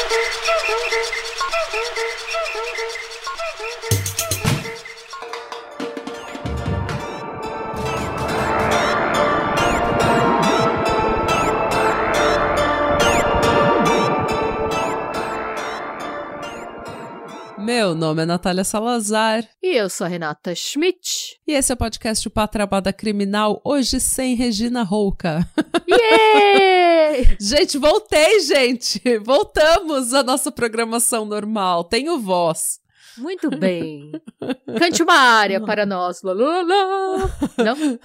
Meu nome é Natália Salazar. E eu sou a Renata Schmidt. E esse é o podcast Patrabada Criminal, hoje sem Regina Rouca. Yeah! Gente, voltei, gente! Voltamos à nossa programação normal. Tenho voz. Muito bem. Cante uma área para nós. Lá, lá, lá. Não?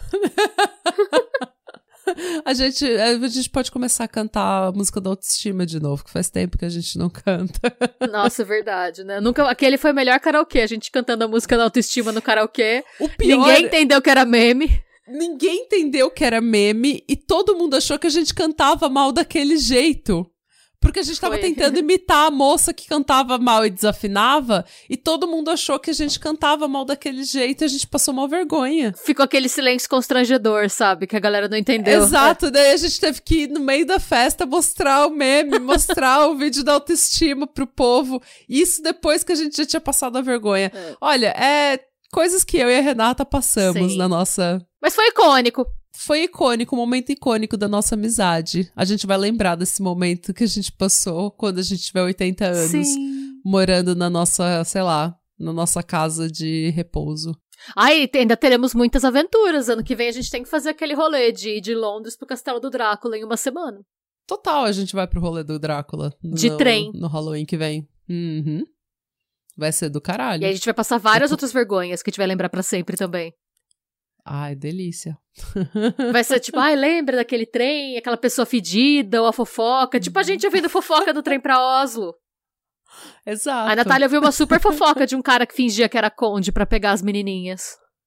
A gente pode começar a cantar a música da autoestima de novo, que faz tempo que a gente não canta. Nossa, é verdade, né? Aquele foi o melhor karaokê, a gente cantando a música da autoestima no karaokê. O pior... Ninguém entendeu que era meme. Ninguém entendeu que era meme e todo mundo achou que a gente cantava mal daquele jeito. Porque a gente tava tentando imitar a moça que cantava mal e desafinava, e todo mundo achou que a gente cantava mal daquele jeito e a gente passou uma vergonha. Ficou aquele silêncio constrangedor, sabe? Que a galera não entendeu. Exato, daí a gente teve que ir no meio da festa mostrar o meme, mostrar o vídeo da autoestima pro povo. Isso depois que a gente já tinha passado a vergonha. Olha, coisas que eu e a Renata passamos na nossa... Mas foi icônico. Foi icônico, um momento icônico da nossa amizade. A gente vai lembrar desse momento que a gente passou quando a gente tiver 80 anos. Sim. Morando na nossa, sei lá, na nossa casa de repouso. Ai, ainda teremos muitas aventuras. Ano que vem a gente tem que fazer aquele rolê de ir de Londres pro Castelo do Drácula em uma semana. Total, a gente vai pro rolê do Drácula. De trem. No Halloween que vem. Uhum. Vai ser do caralho. E aí a gente vai passar várias outras vergonhas que a gente vai lembrar pra sempre também. Ai, delícia. Vai ser tipo, lembra daquele trem, aquela pessoa fedida, ou a fofoca. Tipo a gente ouvindo fofoca do trem pra Oslo. Exato. A Natália viu uma super fofoca de um cara que fingia que era conde pra pegar as menininhas.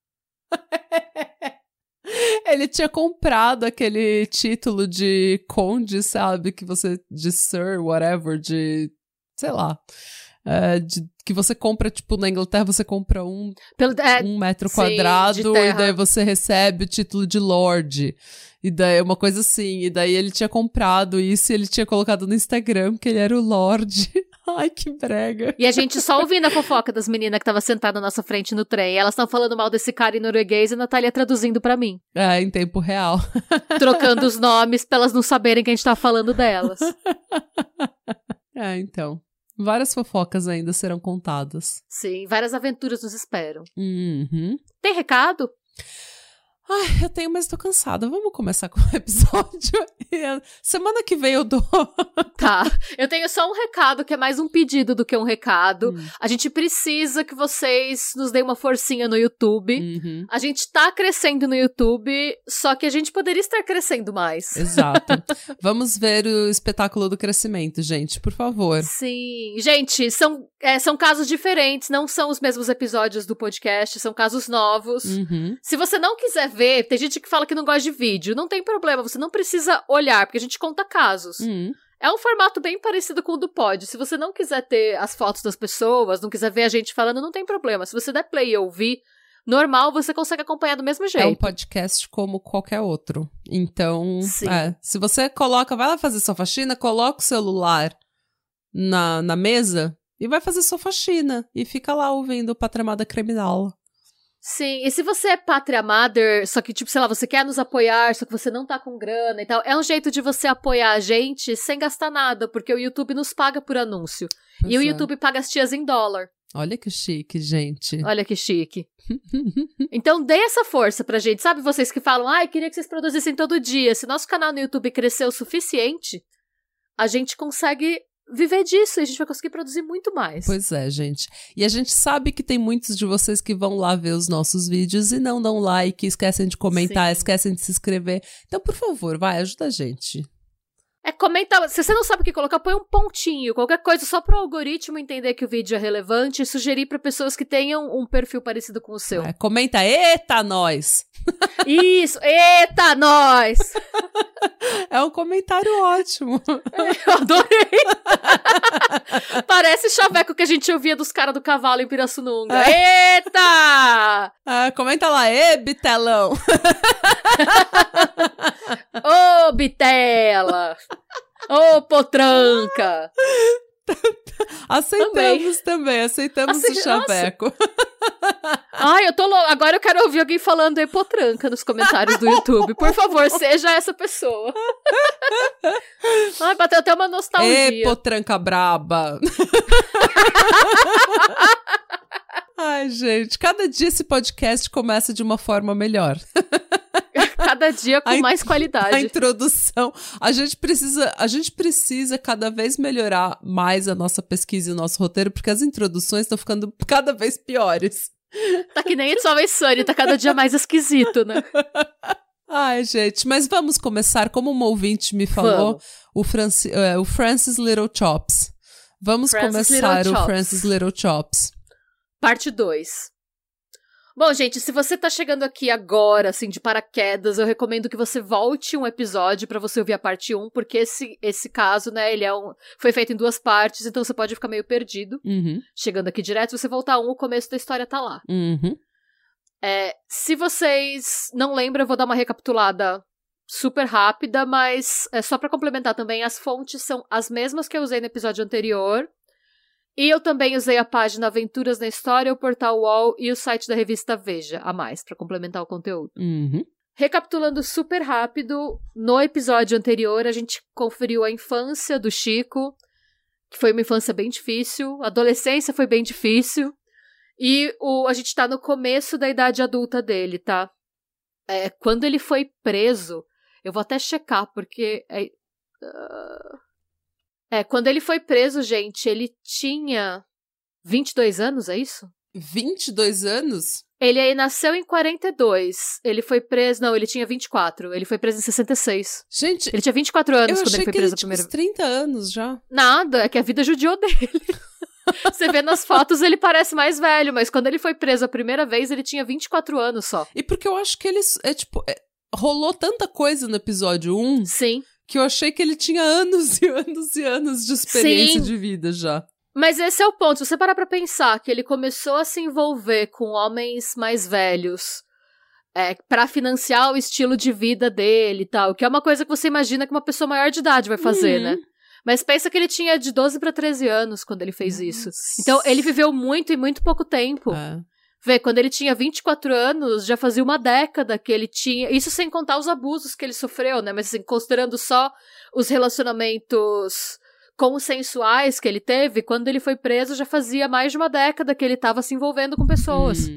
Ele tinha comprado aquele título de conde, sabe? Que você, de sir, whatever, de, sei lá... que você compra, tipo, na Inglaterra você compra um metro quadrado e daí você recebe o título de Lord. E daí uma coisa assim. E daí ele tinha comprado isso e ele tinha colocado no Instagram que ele era o Lord. Ai, que brega. E a gente só ouvindo a fofoca das meninas que tava sentada na nossa frente no trem. E elas estão falando mal desse cara em norueguês e a Natália traduzindo pra mim. Em tempo real. Trocando os nomes pra elas não saberem que a gente tá falando delas. Então. Várias fofocas ainda serão contadas. Sim, várias aventuras nos esperam. Uhum. Tem recado? Ai, eu tenho, mas tô cansada. Vamos começar com o episódio. Semana que vem eu dou. Tá. Eu tenho só um recado, que é mais um pedido do que um recado. A gente precisa que vocês nos deem uma forcinha no YouTube. Uhum. A gente tá crescendo no YouTube, só que a gente poderia estar crescendo mais. Exato. Vamos ver o espetáculo do crescimento, gente, por favor. Sim. Gente, são casos diferentes, não são os mesmos episódios do podcast, são casos novos. Uhum. Se você não quiser ver, tem gente que fala que não gosta de vídeo, não tem problema, você não precisa olhar, porque a gente conta casos. É um formato bem parecido com o do pod. Se você não quiser ter as fotos das pessoas, não quiser ver a gente falando, não tem problema. Se você der play e ouvir, normal, você consegue acompanhar do mesmo jeito. É um podcast como qualquer outro. Então, Sim. Se você vai lá fazer sua faxina, coloca o celular na mesa e vai fazer sua faxina. E fica lá ouvindo o Patrabada Criminal. Sim, e se você é Pátria Mother, só que, tipo, sei lá, você quer nos apoiar, só que você não tá com grana e tal, é um jeito de você apoiar a gente sem gastar nada, porque o YouTube nos paga por anúncio. E o YouTube paga as tias em dólar. Olha que chique, gente. Olha que chique. Então, dê essa força pra gente. Sabe vocês que falam, queria que vocês produzissem todo dia. Se nosso canal no YouTube crescer o suficiente, a gente consegue viver disso e a gente vai conseguir produzir muito mais. Pois é, gente. E a gente sabe que tem muitos de vocês que vão lá ver os nossos vídeos e não dão like, esquecem de comentar, esquecem de se inscrever. Então, por favor, ajuda a gente. Comentar. Se você não sabe o que colocar, põe um pontinho, qualquer coisa, só pro algoritmo entender que o vídeo é relevante e sugerir pra pessoas que tenham um perfil parecido com o seu. Comenta, eita, nós! Isso, eita, nós! É um comentário ótimo. Eu adorei! Parece chaveco que a gente ouvia dos caras do cavalo em Pirassununga. Eita! Comenta lá, bitelão! Ô, bitela! Ô, potranca! Aceitamos também, aceitamos o chaveco. Ai, eu tô louca. Agora eu quero ouvir alguém falando Epotranca nos comentários do YouTube. Por favor, seja essa pessoa. Ai, bateu até uma nostalgia. Epotranca braba. Ai, gente, cada dia esse podcast começa de uma forma melhor. Cada dia com mais qualidade. A introdução. A gente precisa cada vez melhorar mais a nossa pesquisa e o nosso roteiro, porque as introduções estão ficando cada vez piores. Tá que nem It's Always Sunny, tá cada dia mais esquisito, né? Ai, gente, mas vamos começar, como uma ouvinte me falou, o Francis Little Chops. Vamos começar o Francis Little Chops. Parte 2. Bom, gente, se você tá chegando aqui agora, assim, de paraquedas, eu recomendo que você volte um episódio pra você ouvir a parte 1, porque esse caso, né, ele foi feito em 2 partes, então você pode ficar meio perdido. Chegando aqui direto, se você voltar o começo da história tá lá. Se vocês não lembram, eu vou dar uma recapitulada super rápida, mas só pra complementar também, as fontes são as mesmas que eu usei no episódio anterior. E eu também usei a página Aventuras na História, o portal UOL e o site da revista Veja, a mais, pra complementar o conteúdo. Recapitulando super rápido, no episódio anterior a gente conferiu a infância do Chico, que foi uma infância bem difícil, a adolescência foi bem difícil, e a gente tá no começo da idade adulta dele, tá? Quando ele foi preso, eu vou até checar, porque... quando ele foi preso, gente, ele tinha 22 anos, é isso? 22 anos? Ele aí nasceu em 42. Ele foi preso... Não, ele tinha 24. Ele foi preso em 66. Gente... Ele tinha 24 anos quando ele foi preso a primeira vez. Eu achei que ele tinha uns 30 anos já. Nada, é que a vida judiou dele. Você vê nas fotos, ele parece mais velho, mas quando ele foi preso a primeira vez, ele tinha 24 anos só. E porque eu acho que ele... rolou tanta coisa no episódio 1... Sim. Que eu achei que ele tinha anos e anos e anos de experiência de vida já. Mas esse é o ponto. Se você parar pra pensar que ele começou a se envolver com homens mais velhos pra financiar o estilo de vida dele e tal, que é uma coisa que você imagina que uma pessoa maior de idade vai fazer, né? Mas pensa que ele tinha de 12 pra 13 anos quando ele fez isso. Então, ele viveu muito em muito pouco tempo. Vê, quando ele tinha 24 anos, já fazia uma década que ele tinha... Isso sem contar os abusos que ele sofreu, né? Mas assim, considerando só os relacionamentos consensuais que ele teve, quando ele foi preso, já fazia mais de uma década que ele tava se envolvendo com pessoas.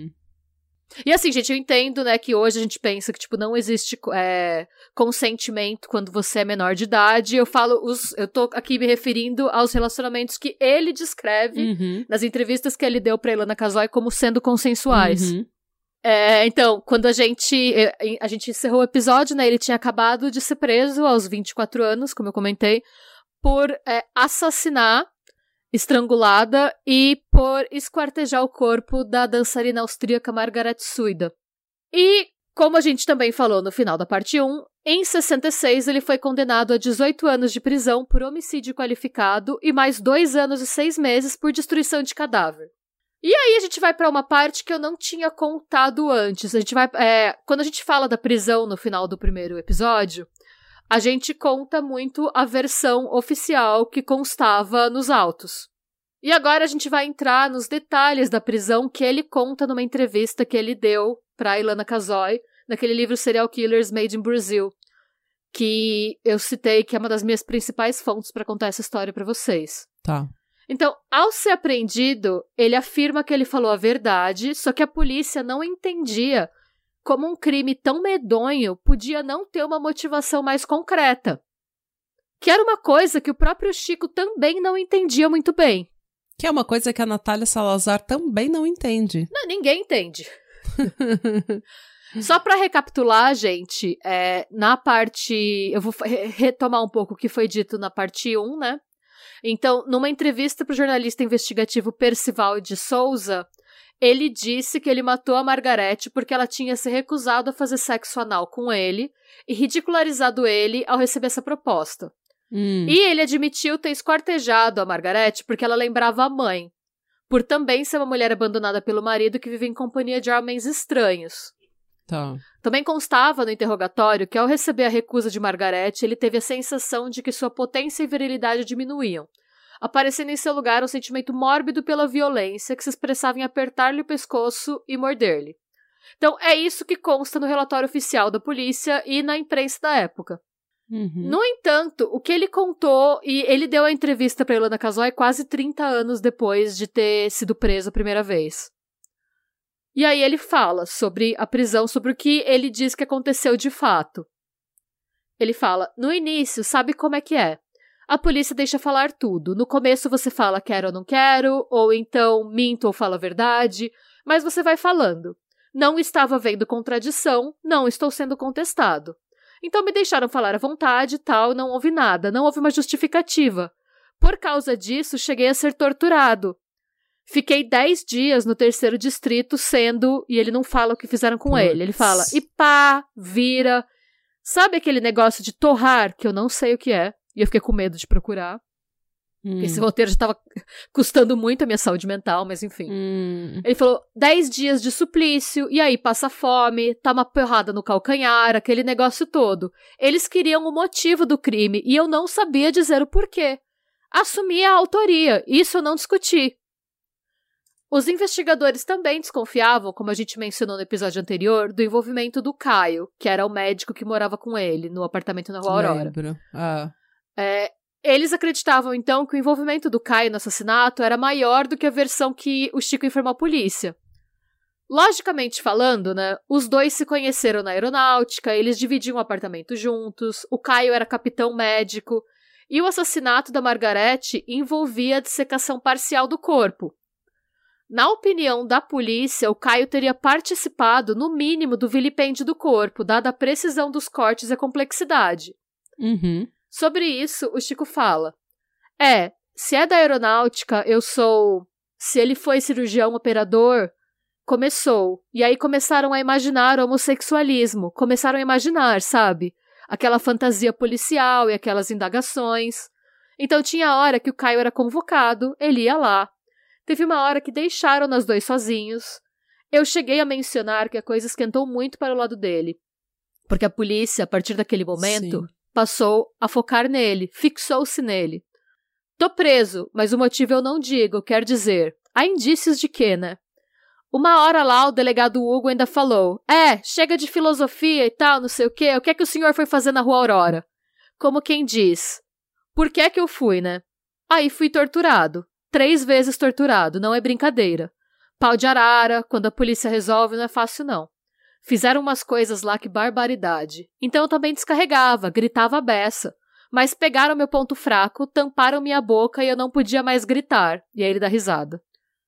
E assim, gente, eu entendo, né, que hoje a gente pensa que, tipo, não existe consentimento quando você é menor de idade. Eu tô aqui me referindo aos relacionamentos que ele descreve nas entrevistas que ele deu pra Ilana Casoy como sendo consensuais. Então, quando a gente encerrou o episódio, né, ele tinha acabado de ser preso aos 24 anos, como eu comentei, por assassinar, estrangulada e por esquartejar o corpo da dançarina austríaca Margaret Suida. E, como a gente também falou no final da parte 1, em 66 ele foi condenado a 18 anos de prisão por homicídio qualificado e mais 2 anos e 6 meses por destruição de cadáver. E aí a gente vai pra uma parte que eu não tinha contado antes. A gente vai, quando a gente fala da prisão no final do primeiro episódio, a gente conta muito a versão oficial que constava nos autos. E agora a gente vai entrar nos detalhes da prisão que ele conta numa entrevista que ele deu pra Ilana Casoy, naquele livro Serial Killers Made in Brazil, que eu citei que é uma das minhas principais fontes pra contar essa história pra vocês. Tá. Então, ao ser apreendido, ele afirma que ele falou a verdade, só que a polícia não entendia como um crime tão medonho podia não ter uma motivação mais concreta. Que era uma coisa que o próprio Chico também não entendia muito bem. Que é uma coisa que a Natália Salazar também não entende. Não, ninguém entende. Só pra recapitular, gente, na parte... Eu vou retomar um pouco o que foi dito na parte 1, né? Então, numa entrevista pro jornalista investigativo Percival de Souza, ele disse que ele matou a Margarete porque ela tinha se recusado a fazer sexo anal com ele e ridicularizado ele ao receber essa proposta. E ele admitiu ter esquartejado a Margarete porque ela lembrava a mãe, por também ser uma mulher abandonada pelo marido que vive em companhia de homens estranhos. Tá. Também constava no interrogatório que ao receber a recusa de Margarete, ele teve a sensação de que sua potência e virilidade diminuíam. aparecendo em seu lugar um sentimento mórbido pela violência que se expressava em apertar-lhe o pescoço e morder-lhe. Então, é isso que consta no relatório oficial da polícia e na imprensa da época. No entanto, o que ele contou, e ele deu a entrevista para Ilana Kazoy quase 30 anos depois de ter sido preso a primeira vez. E aí ele fala sobre a prisão, sobre o que ele diz que aconteceu de fato. Ele fala, no início, sabe como é que é? A polícia deixa falar tudo. No começo você fala quero ou não quero, ou então minto ou falo a verdade, mas você vai falando. Não estava vendo contradição, não estou sendo contestado. Então me deixaram falar à vontade e tal, não houve nada, não houve uma justificativa. Por causa disso, cheguei a ser torturado. Fiquei 10 dias no 3º distrito sendo, e ele não fala o que fizeram com ele, ele fala, e pá, vira. Sabe aquele negócio de torrar, que eu não sei o que é, e eu fiquei com medo de procurar. Porque esse roteiro já estava custando muito a minha saúde mental, mas enfim. Ele falou, 10 dias de suplício, e aí passa fome, tá uma porrada no calcanhar, aquele negócio todo. Eles queriam o motivo do crime, e eu não sabia dizer o porquê. Assumi a autoria, isso eu não discuti. Os investigadores também desconfiavam, como a gente mencionou no episódio anterior, do envolvimento do Caio, que era o médico que morava com ele, no apartamento na Rua Aurora. Lembro. Eles acreditavam, então, que o envolvimento do Caio no assassinato era maior do que a versão que o Chico informou à polícia. Logicamente falando, né, os dois se conheceram na aeronáutica, eles dividiam um apartamento juntos, o Caio era capitão médico, e o assassinato da Margarete envolvia a dissecação parcial do corpo. Na opinião da polícia, o Caio teria participado, no mínimo, do vilipêndio do corpo, dada a precisão dos cortes e a complexidade. Sobre isso, o Chico fala, se é da aeronáutica, se ele foi cirurgião operador, começou. E aí começaram a imaginar o homossexualismo, começaram a imaginar, sabe? Aquela fantasia policial e aquelas indagações. Então tinha hora que o Caio era convocado, ele ia lá. Teve uma hora que deixaram nós dois sozinhos. Eu cheguei a mencionar que a coisa esquentou muito para o lado dele. Porque a polícia, a partir daquele momento, passou a focar nele, fixou-se nele. Tô preso, mas o motivo eu não digo, quer dizer, há indícios de que, né? Uma hora lá o delegado Hugo ainda falou, chega de filosofia e tal, não sei o que é que o senhor foi fazer na Rua Aurora? Como quem diz, por que é que eu fui, né? Aí fui torturado. 3 vezes torturado, não é brincadeira. Pau de arara, quando a polícia resolve, não é fácil não. Fizeram umas coisas lá que barbaridade. Então eu também descarregava, gritava a beça. Mas pegaram meu ponto fraco, tamparam minha boca e eu não podia mais gritar. E aí ele dá risada.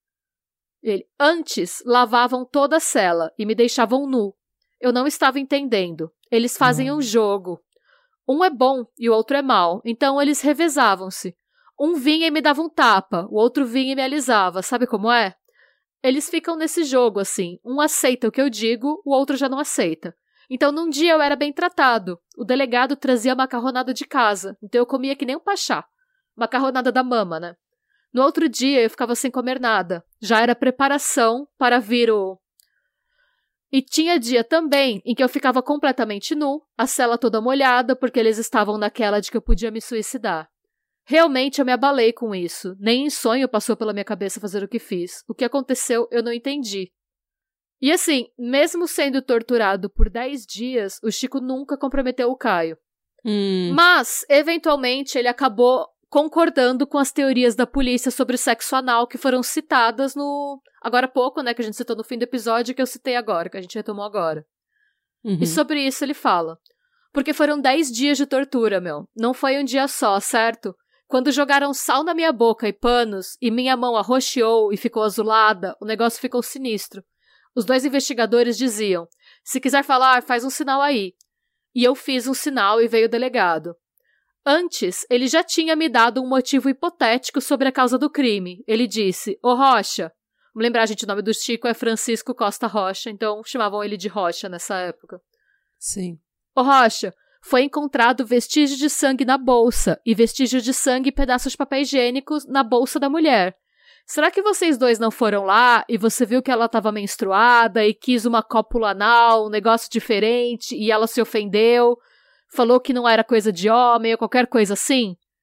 Antes, lavavam toda a cela e me deixavam nu. Eu não estava entendendo. Eles fazem um jogo. Um é bom e o outro é mau, então eles revezavam-se. Um vinha e me dava um tapa, o outro vinha e me alisava, sabe como é? Eles ficam nesse jogo, assim, um aceita o que eu digo, o outro já não aceita. Então, num dia eu era bem tratado, o delegado trazia macarronada de casa, então eu comia que nem um pachá. Macarronada da mama, né? No outro dia eu ficava sem comer nada, já era preparação para vir o... E tinha dia também em que eu ficava completamente nu, a cela toda molhada, porque eles estavam naquela de que eu podia me suicidar. Realmente eu me abalei com isso. Nem em sonho passou pela minha cabeça fazer o que fiz. O que aconteceu eu não entendi. E assim, mesmo sendo torturado por 10 dias, o Chico nunca comprometeu o Caio. Mas, eventualmente, ele acabou concordando com as teorias da polícia sobre o sexo anal que foram citadas no... Agora há pouco, né, que a gente citou no fim do episódio, que eu citei agora, que a gente retomou agora. E sobre isso ele fala. Porque foram 10 dias de tortura, meu. Não foi um dia só, certo? Quando jogaram sal na minha boca e panos, e minha mão arroxeou e ficou azulada, o negócio ficou sinistro. Os 2 investigadores diziam, se quiser falar, faz um sinal aí. E eu fiz um sinal e veio o delegado. Antes, ele já tinha me dado um motivo hipotético sobre a causa do crime. Ele disse, ô Rocha, vamos lembrar, gente, o nome do Chico é Francisco Costa Rocha, então chamavam ele de Rocha nessa época. Sim. Ô Rocha, foi encontrado vestígio de sangue na bolsa e vestígio de sangue e pedaços de papel higiênico na bolsa da mulher. Será que vocês 2 não foram lá e você viu que ela estava menstruada e quis uma cópula anal, um negócio diferente e ela se ofendeu, falou que não era coisa de homem ou qualquer coisa assim?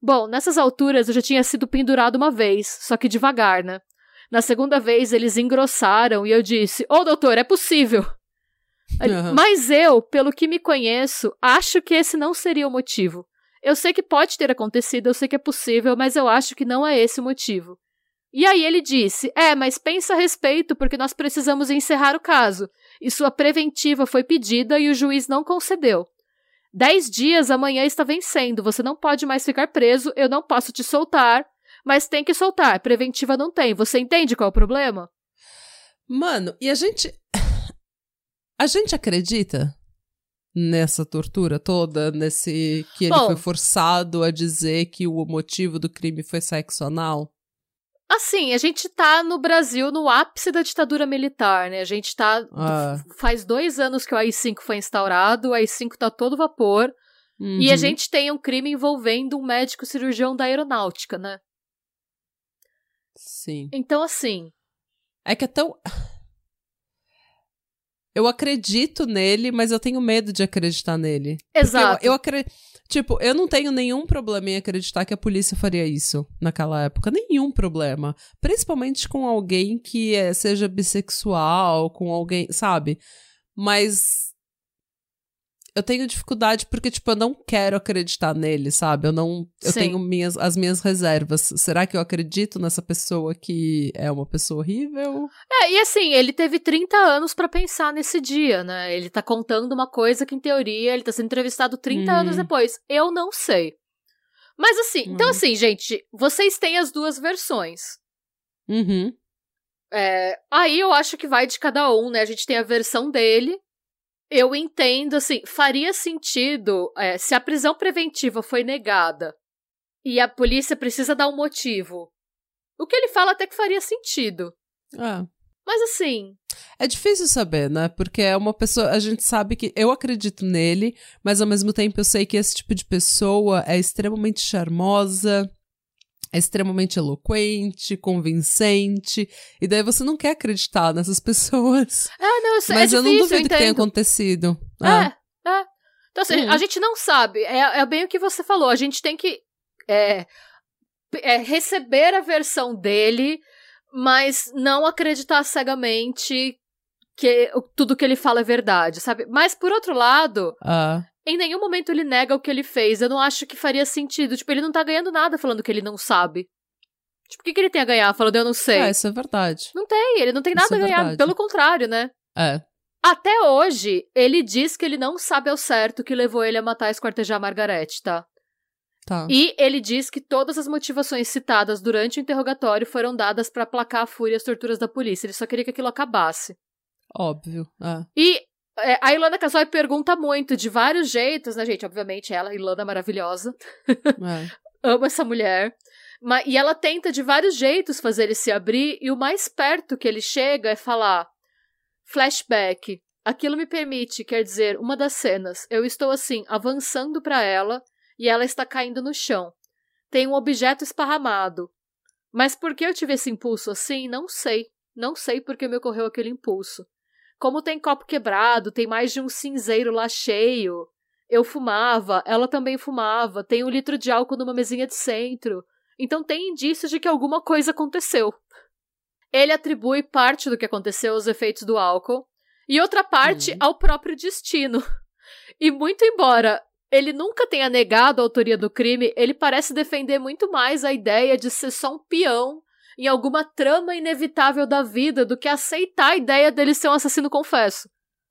Bom, nessas alturas eu já tinha sido pendurado uma vez, só que devagar, né? Na segunda vez eles engrossaram e eu disse, doutor, é possível. Mas eu, pelo que me conheço, acho que esse não seria o motivo. Eu sei que pode ter acontecido, eu sei que é possível, mas eu acho que não é esse o motivo. E aí ele disse, mas pensa a respeito porque nós precisamos encerrar o caso. E sua preventiva foi pedida e o juiz não concedeu. 10 dias amanhã está vencendo, você não pode mais ficar preso, eu não posso te soltar, mas tem que soltar, preventiva não tem. Você entende qual é o problema? Mano, e a gente acredita nessa tortura toda, nesse que ele foi forçado a dizer que o motivo do crime foi sexo anal? Assim, a gente tá no Brasil no ápice da ditadura militar, né? A gente tá... Faz 2 anos que o AI-5 foi instaurado, o AI-5 tá todo vapor, e a gente tem um crime envolvendo um médico cirurgião da aeronáutica, né? Sim. Então, assim... É que é tão... Eu acredito nele, mas eu tenho medo de acreditar nele. Exato. Tipo, eu não tenho nenhum problema em acreditar que a polícia faria isso naquela época. Nenhum problema. Principalmente com alguém que seja bissexual, com alguém, sabe? Mas eu tenho dificuldade porque, tipo, eu não quero acreditar nele, sabe? Eu tenho as minhas reservas. Será que eu acredito nessa pessoa que é uma pessoa horrível? E assim, ele teve 30 anos pra pensar nesse dia, né? Ele tá contando uma coisa que, em teoria, ele tá sendo entrevistado 30 anos depois. Eu não sei. Mas assim, então assim, gente, vocês têm as 2 versões. Aí eu acho que vai de cada um, né? A gente tem a versão dele. Eu entendo, assim, faria sentido se a prisão preventiva foi negada e a polícia precisa dar um motivo. O que ele fala até que faria sentido. Mas assim... É difícil saber, né? Porque é uma pessoa... A gente sabe que... Eu acredito nele, mas ao mesmo tempo eu sei que esse tipo de pessoa é extremamente charmosa, é extremamente eloquente, convincente, e daí você não quer acreditar nessas pessoas. Não, isso mas é difícil, eu não duvido que tenha acontecido. Então, assim, a gente não sabe. É bem o que você falou. A gente tem que receber a versão dele, mas não acreditar cegamente que tudo que ele fala é verdade, sabe? Mas, por outro lado... Em nenhum momento ele nega o que ele fez. Eu não acho que faria sentido. Tipo, ele não tá ganhando nada falando que ele não sabe. Tipo, o que ele tem a ganhar falando eu não sei? Isso é verdade. Não tem, ele não tem nada a ganhar. Verdade. Pelo contrário, né? Até hoje, ele diz que ele não sabe ao certo o que levou ele a matar e esquartejar a Margaret, tá? E ele diz que todas as motivações citadas durante o interrogatório foram dadas pra aplacar a fúria e as torturas da polícia. Ele só queria que aquilo acabasse. Óbvio. E... a Ilana Casoy pergunta muito, de vários jeitos, né, gente? Obviamente, ela, Ilana, maravilhosa. Amo essa mulher. E ela tenta, de vários jeitos, fazer ele se abrir, e o mais perto que ele chega é falar flashback. Aquilo me permite, quer dizer, uma das cenas. Eu estou, assim, avançando pra ela, e ela está caindo no chão. Tem um objeto esparramado. Mas por que eu tive esse impulso assim? Não sei. Não sei por que me ocorreu aquele impulso. Como tem copo quebrado, tem mais de um cinzeiro lá cheio. Eu fumava, ela também fumava, tem 1 litro de álcool numa mesinha de centro. Então tem indícios de que alguma coisa aconteceu. Ele atribui parte do que aconteceu aos efeitos do álcool e outra parte ao próprio destino. E muito embora ele nunca tenha negado a autoria do crime, ele parece defender muito mais a ideia de ser só um peão em alguma trama inevitável da vida do que aceitar a ideia dele ser um assassino confesso.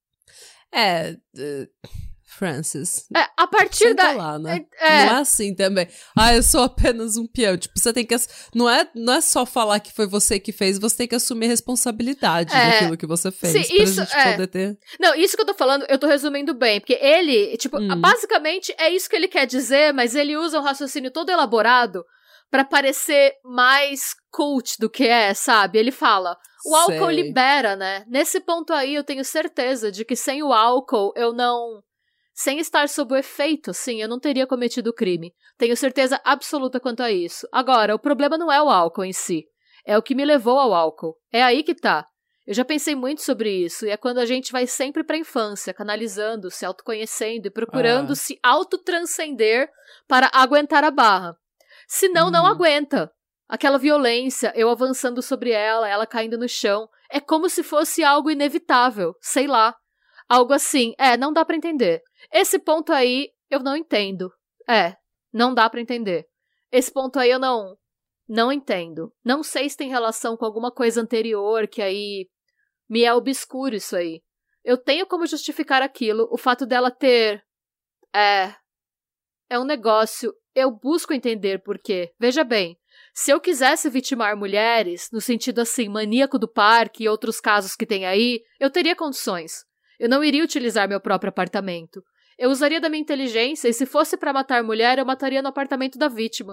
Francis. A partir da... lá, né? Não é assim também. Eu sou apenas um peão. Tipo, você tem que... Não é só falar que foi você que fez, você tem que assumir a responsabilidade daquilo que você fez. Sim, pra isso, gente poder ter... Não, isso que eu tô falando, eu tô resumindo bem. Porque ele, tipo, basicamente é isso que ele quer dizer, mas ele usa um raciocínio todo elaborado pra parecer mais cult do que sabe? Ele fala, o álcool libera, né? Nesse ponto aí, eu tenho certeza de que sem o álcool, eu não... Sem estar sob o efeito, sim, eu não teria cometido o crime. Tenho certeza absoluta quanto a isso. Agora, o problema não é o álcool em si. É o que me levou ao álcool. É aí que tá. Eu já pensei muito sobre isso, e é quando a gente vai sempre pra infância, canalizando, se autoconhecendo e procurando se autotranscender para aguentar a barra. Senão, não aguenta. Aquela violência, eu avançando sobre ela, ela caindo no chão. É como se fosse algo inevitável, sei lá. Algo assim, não dá pra entender. Esse ponto aí, eu não entendo. Não dá pra entender. Esse ponto aí eu não entendo. Não sei se tem relação com alguma coisa anterior, que aí me é obscuro isso aí. Eu tenho como justificar aquilo, o fato dela ter... É um negócio, eu busco entender por quê. Veja bem, se eu quisesse vitimar mulheres, no sentido assim, maníaco do parque e outros casos que tem aí, eu teria condições. Eu não iria utilizar meu próprio apartamento. Eu usaria da minha inteligência e se fosse pra matar mulher, eu mataria no apartamento da vítima.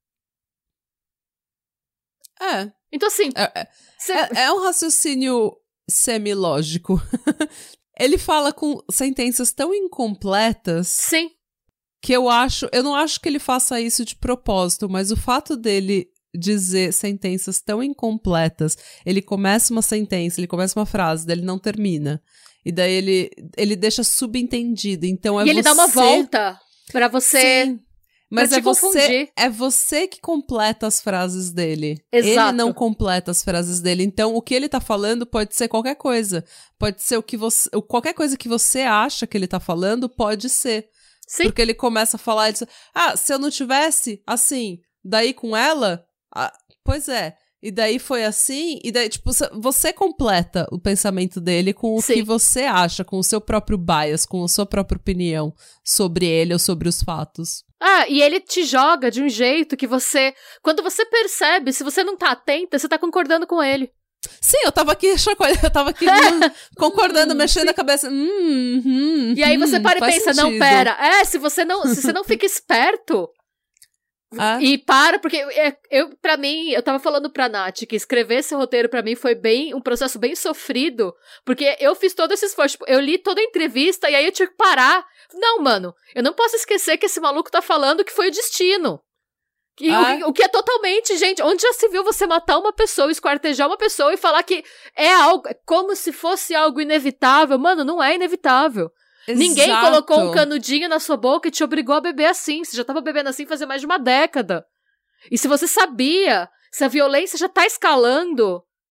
Então assim... É um raciocínio semilógico. Ele fala com sentenças tão incompletas... Sim. Que eu não acho que ele faça isso de propósito, mas o fato dele dizer sentenças tão incompletas, ele começa uma sentença, ele começa uma frase, daí ele não termina. E daí ele deixa subentendido, então E ele dá uma volta pra você... Sim, mas é você que completa as frases dele. Exato. Ele não completa as frases dele. Então, o que ele tá falando pode ser qualquer coisa. Pode ser qualquer coisa que você acha que ele tá falando, pode ser. Sim. Porque ele começa a falar, ele diz, se eu não tivesse, assim, daí com ela, pois é, e daí foi assim, e daí, tipo, você completa o pensamento dele com o que você acha, com o seu próprio bias, com a sua própria opinião sobre ele ou sobre os fatos. E ele te joga de um jeito que você, quando você percebe, se você não tá atenta, você tá concordando com ele. Sim, eu tava aqui concordando, mexendo a cabeça. E aí você para e pensa, sentido. Não, pera. Se você não fica esperto e para, porque pra mim, eu tava falando pra Nath que escrever esse roteiro pra mim foi um processo bem sofrido, porque eu fiz todo esse esforço, tipo, eu li toda a entrevista e aí eu tive que parar. Não, mano, eu não posso esquecer que esse maluco tá falando que foi o destino. O que é totalmente, gente, onde já se viu você matar uma pessoa, esquartejar uma pessoa e falar que é algo, como se fosse algo inevitável. Mano, não é inevitável. Exato. Ninguém colocou um canudinho na sua boca e te obrigou a beber assim. Você já tava bebendo assim fazia mais de uma década. E se você sabia, se a violência já tá escalando...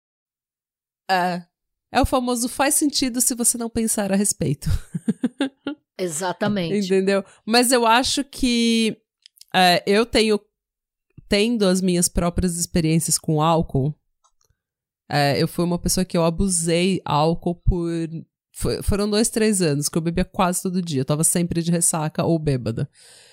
É o famoso faz sentido se você não pensar a respeito. Exatamente. Entendeu? Mas eu acho que eu tendo as minhas próprias experiências com álcool, eu fui uma pessoa que eu abusei álcool foram 2-3 anos, que eu bebia quase todo dia. Eu tava sempre de ressaca ou bêbada.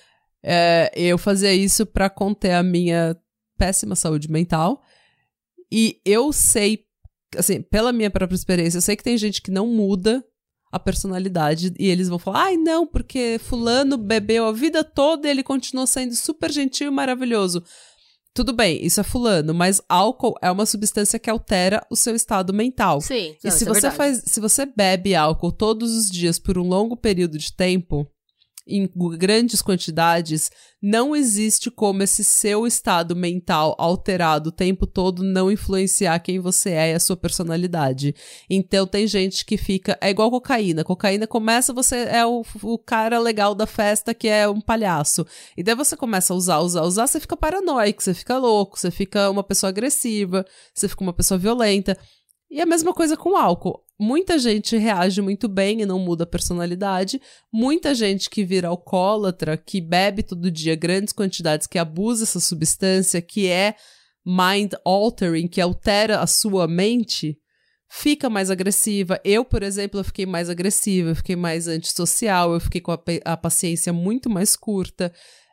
Eu fazia isso pra conter a minha péssima saúde mental. E eu sei, assim, pela minha própria experiência, eu sei que tem gente que não muda a personalidade e eles vão falar, não, porque fulano bebeu a vida toda e ele continuou sendo super gentil e maravilhoso. Tudo bem, isso é fulano, mas álcool é uma substância que altera o seu estado mental. Sim, e se você bebe álcool todos os dias por um longo período de tempo, em grandes quantidades, não existe como esse seu estado mental alterado o tempo todo não influenciar quem você é e a sua personalidade. Então tem gente que fica... É igual cocaína. Cocaína começa, você é o cara legal da festa que é um palhaço. E daí você começa a usar, você fica paranoico, você fica louco, você fica uma pessoa agressiva, você fica uma pessoa violenta. E a mesma coisa com álcool. Muita gente reage muito bem e não muda a personalidade. Muita gente que vira alcoólatra, que bebe todo dia grandes quantidades, que abusa essa substância, que é mind altering, que altera a sua mente, fica mais agressiva. Eu, por exemplo, eu fiquei mais agressiva, eu fiquei mais antissocial, eu fiquei com a paciência muito mais curta.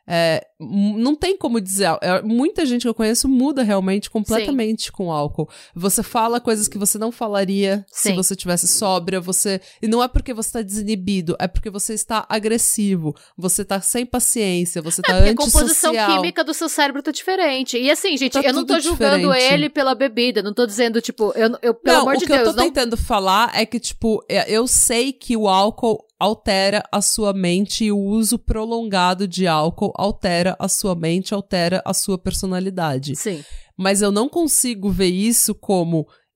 Não tem como dizer, muita gente que eu conheço muda realmente completamente com álcool. Você fala coisas que você não falaria se você tivesse sóbria, e não é porque você tá desinibido, é porque você está agressivo, você tá sem paciência, você tá antissocial. A composição química do seu cérebro tá diferente. E assim, gente, eu não tô julgando ele pela bebida, não tô dizendo, tipo, eu pelo amor de Deus, o que eu tô tentando falar é que, tipo, eu sei que o álcool altera a sua mente e o uso prolongado de álcool altera a sua mente, altera a sua personalidade. Sim. Mas eu não consigo ver isso como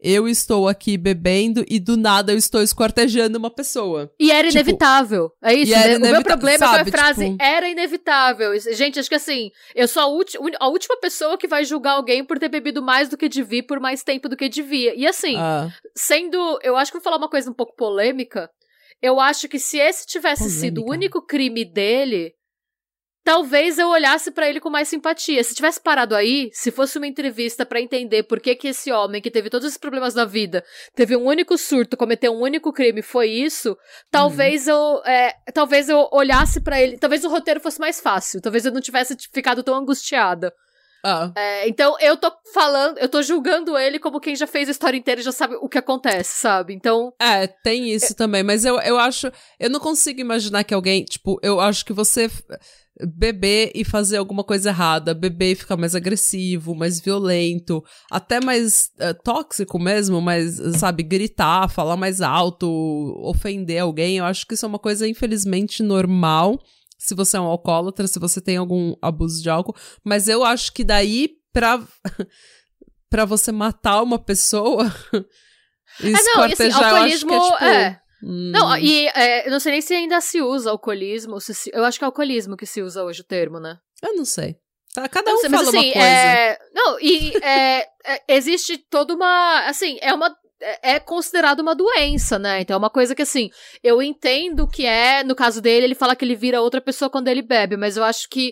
eu estou aqui bebendo e do nada eu estou esquartejando uma pessoa. E era inevitável. É isso, né? O meu problema sabe, com a frase tipo... era inevitável. Gente, acho que assim, eu sou a última pessoa que vai julgar alguém por ter bebido mais do que devia, por mais tempo do que devia. E assim, eu acho que vou falar uma coisa um pouco polêmica. Eu acho que se esse tivesse sido o único crime dele, talvez eu olhasse pra ele com mais simpatia. Se tivesse parado aí, se fosse uma entrevista pra entender por que esse homem, que teve todos esses problemas na vida, teve um único surto, cometeu um único crime, foi isso, talvez eu olhasse pra ele, talvez o roteiro fosse mais fácil, talvez eu não tivesse ficado tão angustiada. Então eu tô julgando ele como quem já fez a história inteira e já sabe o que acontece, sabe? Então... tem isso também, mas eu acho... Eu não consigo imaginar que alguém, tipo, eu acho que você beber e fazer alguma coisa errada, beber e ficar mais agressivo, mais violento, até mais tóxico mesmo, mas, sabe, gritar, falar mais alto, ofender alguém, eu acho que isso é uma coisa, infelizmente, normal, se você é um alcoólatra, se você tem algum abuso de álcool, mas eu acho que daí pra você matar uma pessoa esquartejar, alcoolismo, eu acho que é tipo... Não, e eu não sei nem se ainda se usa alcoolismo, eu acho que é alcoolismo que se usa hoje o termo, né? Eu não sei. Tá, cada um fala mas, assim, uma coisa. Existe toda uma, assim, é considerado uma doença, né? Então é uma coisa que, assim, eu entendo que no caso dele, ele fala que ele vira outra pessoa quando ele bebe, mas eu acho que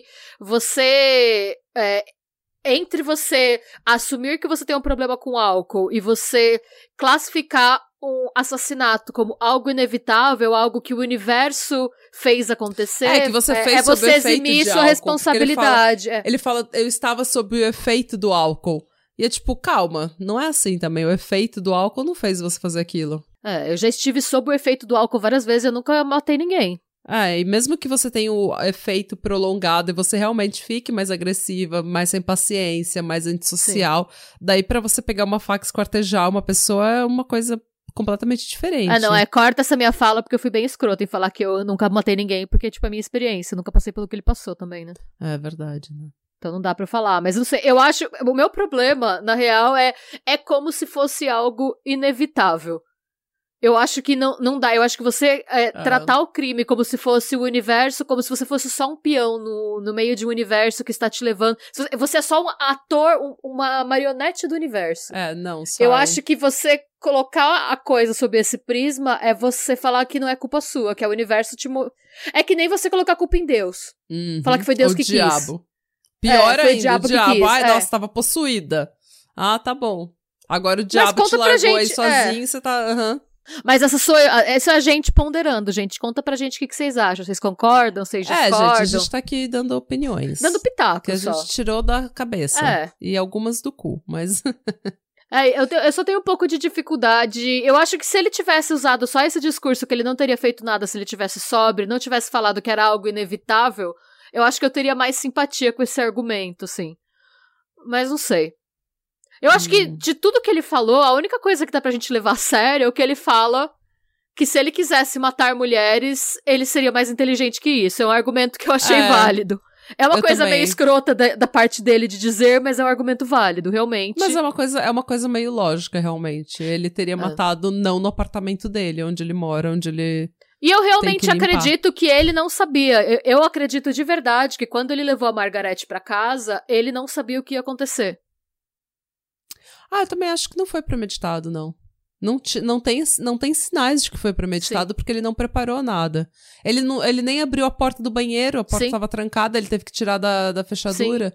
entre você assumir que você tem um problema com álcool e você classificar um assassinato como algo inevitável, algo que o universo fez acontecer, que você fez sob você o efeito eximir de sua álcool, responsabilidade. Ele fala, eu estava sob o efeito do álcool. E é tipo, calma, não é assim também. O efeito do álcool não fez você fazer aquilo. Eu já estive sob o efeito do álcool várias vezes e eu nunca matei ninguém. E mesmo que você tenha o efeito prolongado e você realmente fique mais agressiva, mais sem paciência, mais antissocial, daí pra você pegar uma faca e esquartejar uma pessoa é uma coisa completamente diferente. Corta essa minha fala porque eu fui bem escrota em falar que eu nunca matei ninguém, porque, tipo, é a minha experiência, eu nunca passei pelo que ele passou também, né? É verdade, né? Então não dá pra falar, mas não sei, eu acho, o meu problema, na real, é como se fosse algo inevitável. Eu acho que não dá, eu acho que você tratar o crime como se fosse o universo, como se você fosse só um peão no meio de um universo que está te levando. Você é só um ator, uma marionete do universo. Eu acho que você colocar a coisa sob esse prisma é você falar que não é culpa sua, que é o universo É que nem você colocar a culpa em Deus. Falar que foi Deus que diabo. quis. Pior ainda, o diabo. Nossa, tava possuída. Tá bom. Agora o diabo te largou aí sozinho, você tá... Mas essa é a gente ponderando, gente. Conta pra gente o que vocês acham. Vocês concordam? Vocês discordam? Gente, a gente tá aqui dando opiniões. Dando pitaco, que a gente tirou da cabeça. E algumas do cu, mas... eu só tenho um pouco de dificuldade. Eu acho que se ele tivesse usado só esse discurso, que ele não teria feito nada se ele tivesse sóbrio, não tivesse falado que era algo inevitável, eu acho que eu teria mais simpatia com esse argumento, sim. Mas não sei. Eu acho que, de tudo que ele falou, a única coisa que dá pra gente levar a sério é o que ele fala, que se ele quisesse matar mulheres, ele seria mais inteligente que isso. É um argumento que eu achei válido. É uma coisa meio escrota da parte dele de dizer, mas é um argumento válido, realmente. Mas é uma coisa meio lógica, realmente. Ele teria matado não no apartamento dele, onde ele mora, onde ele... E eu realmente acredito que ele não sabia. Eu acredito de verdade que quando ele levou a Margarete pra casa, ele não sabia o que ia acontecer. Eu também acho que não foi premeditado, não. Não tem sinais de que foi premeditado, porque ele não preparou nada. Ele nem abriu a porta do banheiro, a porta estava trancada, ele teve que tirar da fechadura.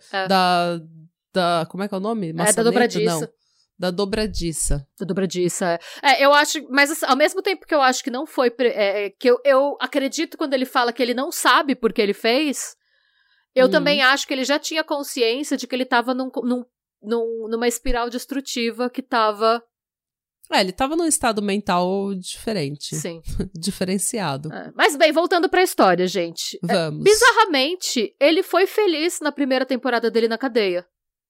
Da como é que é o nome? Maçaneta? Da dobradiça. Não. Da dobradiça. Da dobradiça, eu acho... Mas assim, ao mesmo tempo que eu acho que não foi... que eu acredito quando ele fala que ele não sabe por que ele fez, eu também acho que ele já tinha consciência de que ele tava numa espiral destrutiva que tava... Ele tava num estado mental diferente. Sim. Diferenciado. Mas bem, voltando pra história, gente. Vamos. Bizarramente, ele foi feliz na primeira temporada dele na cadeia.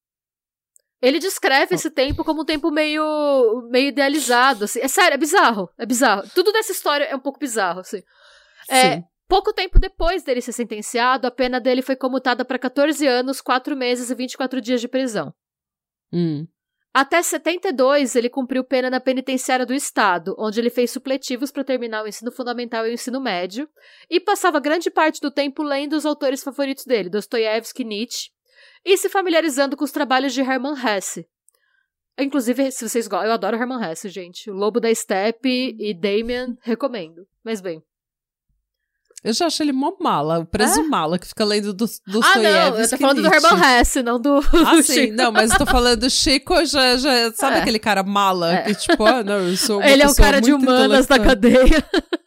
Ele descreve esse tempo como um tempo meio idealizado, assim. É sério, é bizarro. Tudo dessa história é um pouco bizarro, assim. Sim. Pouco tempo depois dele ser sentenciado, a pena dele foi comutada para 14 anos, 4 meses e 24 dias de prisão. Até 72, ele cumpriu pena na penitenciária do estado, onde ele fez supletivos para terminar o ensino fundamental e o ensino médio, e passava grande parte do tempo lendo os autores favoritos dele, Dostoiévski e Nietzsche, e se familiarizando com os trabalhos de Hermann Hesse. Inclusive, se vocês gostam, eu adoro Hermann Hesse, gente. O Lobo da Steppe e Damian, recomendo. Mas bem... Eu já acho ele mó mala, o preso mala, que fica lendo Dostoiévski. Não, eu tô falando do Hermann Hesse, não do sim, Chico. Não, mas eu tô falando do Chico, já sabe aquele cara mala, que tipo, não, eu sou uma ele é um cara de humanas da cadeia.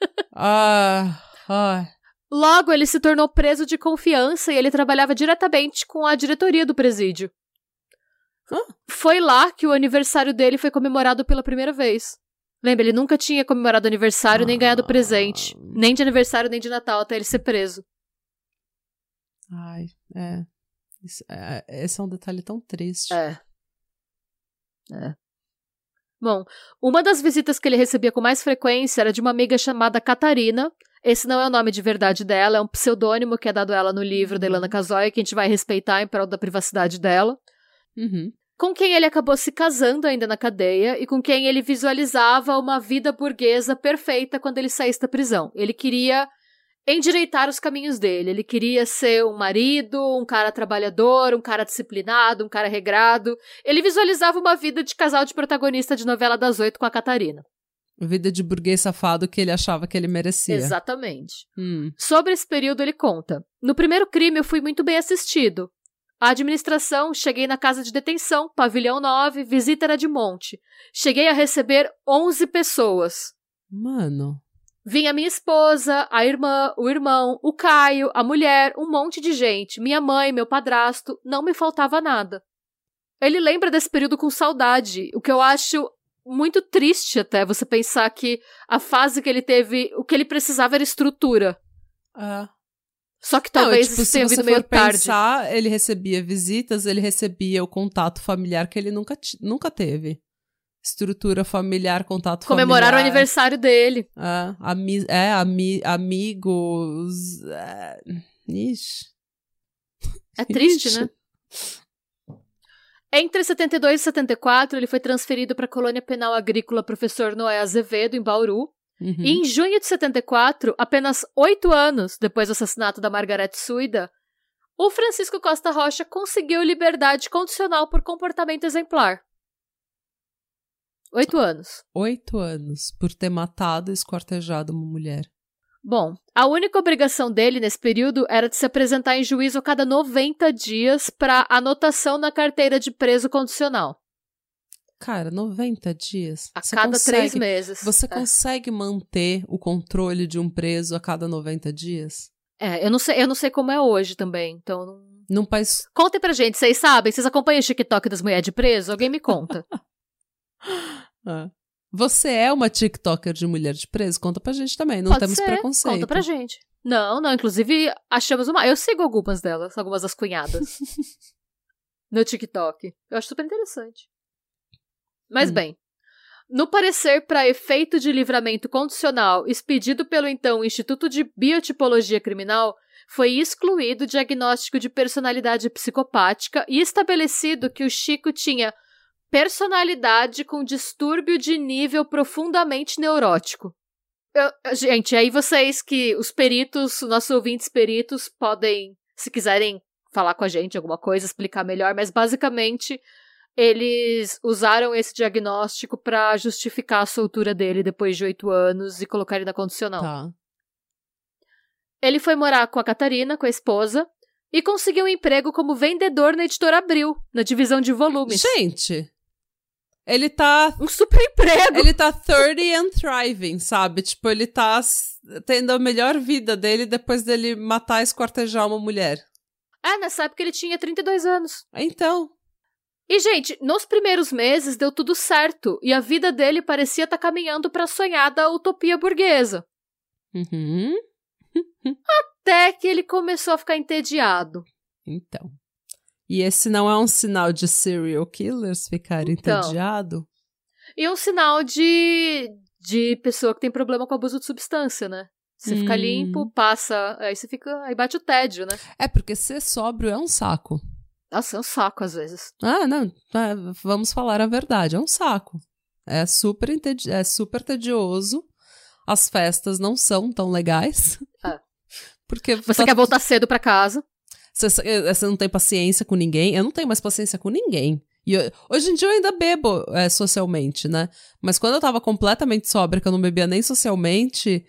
Logo, ele se tornou preso de confiança e ele trabalhava diretamente com a diretoria do presídio. Foi lá que o aniversário dele foi comemorado pela primeira vez. Lembra, ele nunca tinha comemorado aniversário, nem ganhado presente. Nem de aniversário, nem de Natal, até ele ser preso. Ai, esse é um detalhe tão triste. Bom, uma das visitas que ele recebia com mais frequência era de uma amiga chamada Catarina. Esse não é o nome de verdade dela, é um pseudônimo que é dado a ela no livro da Ilana Kazoy, que a gente vai respeitar em prol da privacidade dela. Com quem ele acabou se casando ainda na cadeia e com quem ele visualizava uma vida burguesa perfeita quando ele saísse da prisão. Ele queria endireitar os caminhos dele, ele queria ser um marido, um cara trabalhador, um cara disciplinado, um cara regrado. Ele visualizava uma vida de casal de protagonista de novela das 8 com a Catarina. Vida de burguês safado que ele achava que ele merecia. Exatamente. Sobre esse período ele conta: no primeiro crime eu fui muito bem assistido. A administração, cheguei na casa de detenção, pavilhão 9, visita era de monte. Cheguei a receber 11 pessoas. Mano. Vinha minha esposa, a irmã, o irmão, o Caio, a mulher, um monte de gente. Minha mãe, meu padrasto, não me faltava nada. Ele lembra desse período com saudade, o que eu acho muito triste até, você pensar que a fase que ele teve, o que ele precisava era estrutura. Só que talvez tipo, tenha vindo meio tarde. Pensar, ele recebia visitas, ele recebia o contato familiar que ele nunca teve. Estrutura familiar, contato Comemorar familiar. o aniversário dele. Amigos. Ixi. É triste, né? Entre 72 e 74, ele foi transferido para a colônia penal agrícola Professor Noé Azevedo, em Bauru. E em junho de 74, apenas 8 anos depois do assassinato da Margarete Suida, o Francisco Costa Rocha conseguiu liberdade condicional por comportamento exemplar. 8 anos. 8 anos por ter matado e esquartejado uma mulher. Bom, a única obrigação dele nesse período era de se apresentar em juízo a cada 90 dias para anotação na carteira de preso condicional. Cara, 90 dias? A cada 3 meses. Você consegue manter o controle de um preso a cada 90 dias? Eu não sei como é hoje também, então... Num país... Contem pra gente, vocês sabem? Vocês acompanham o TikTok das mulheres de preso? Alguém me conta. Você é uma TikToker de mulher de preso? Conta pra gente também, não temos preconceito. Conta pra gente. Não, inclusive achamos uma... Eu sigo algumas delas, algumas das cunhadas. No TikTok. Eu acho super interessante. Mas bem, no parecer para efeito de livramento condicional expedido pelo então Instituto de Biotipologia Criminal, foi excluído o diagnóstico de personalidade psicopática e estabelecido que o Chico tinha personalidade com distúrbio de nível profundamente neurótico. Gente, aí vocês que os peritos, nossos ouvintes peritos, podem, se quiserem falar com a gente alguma coisa, explicar melhor, mas basicamente... Eles usaram esse diagnóstico pra justificar a soltura dele depois de 8 anos e colocar ele na condicional. Tá. Ele foi morar com a Catarina, com a esposa, e conseguiu um emprego como vendedor na Editora Abril, na divisão de volumes. Gente, ele tá... Um super emprego! Ele tá 30 and thriving, sabe? Tipo, ele tá tendo a melhor vida dele depois dele matar e esquartejar uma mulher. Nessa época ele tinha 32 anos. Então... E, gente, nos primeiros meses deu tudo certo, e a vida dele parecia estar caminhando para a sonhada utopia burguesa. Até que ele começou a ficar entediado. Então. E esse não é um sinal de serial killers ficarem entediado? E um sinal de pessoa que tem problema com abuso de substância, né? Você fica limpo, passa, aí bate o tédio, né? Porque ser sóbrio é um saco. Nossa, é um saco às vezes. Não, vamos falar a verdade, é um saco. É super tedioso. As festas não são tão legais. Porque você quer voltar cedo pra casa. Você não tem paciência com ninguém. Eu não tenho mais paciência com ninguém. E hoje em dia eu ainda bebo socialmente, né? Mas quando eu tava completamente sóbria, que eu não bebia nem socialmente,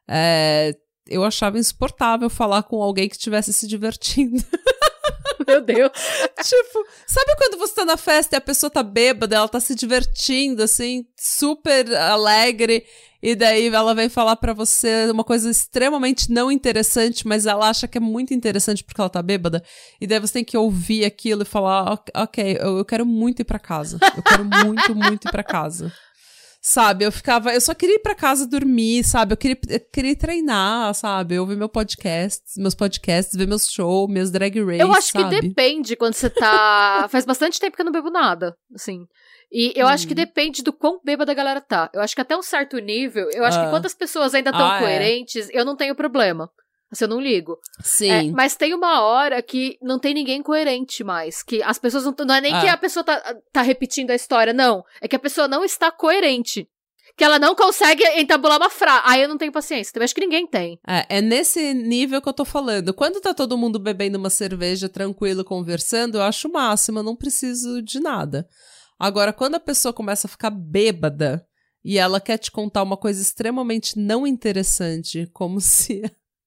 eu achava insuportável falar com alguém que estivesse se divertindo. Meu Deus. Tipo, sabe quando você tá na festa e a pessoa tá bêbada, ela tá se divertindo, assim, super alegre, e daí ela vem falar pra você uma coisa extremamente não interessante, mas ela acha que é muito interessante porque ela tá bêbada, e daí você tem que ouvir aquilo e falar, ok, eu quero muito ir pra casa. Eu quero muito, muito ir pra casa. Sabe, eu só queria ir pra casa dormir, sabe, eu queria treinar, sabe, ouvir meus podcasts, ver meus shows, meus drag races, eu acho sabe? Que depende quando você tá... Faz bastante tempo que eu não bebo nada, assim. E eu acho que depende do quão bêbada a galera tá. Eu acho que até um certo nível, eu acho que quando as pessoas ainda estão coerentes, eu não tenho problema. Assim, eu não ligo. Sim. Mas tem uma hora que não tem ninguém coerente mais. Que as pessoas não é nem que a pessoa tá repetindo a história, não. É que a pessoa não está coerente. Que ela não consegue entabular uma frase. Aí eu não tenho paciência. Também acho que ninguém tem. É nesse nível que eu tô falando. Quando tá todo mundo bebendo uma cerveja, tranquilo, conversando, eu acho o máximo, eu não preciso de nada. Agora, quando a pessoa começa a ficar bêbada e ela quer te contar uma coisa extremamente não interessante, como se...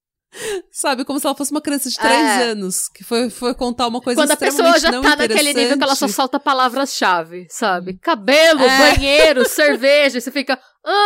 Sabe, como se ela fosse uma criança de 3 anos, que foi contar uma coisa extremamente não interessante. Quando a pessoa já tá naquele nível que ela só solta palavras-chave, sabe? Cabelo, banheiro, cerveja, e você fica...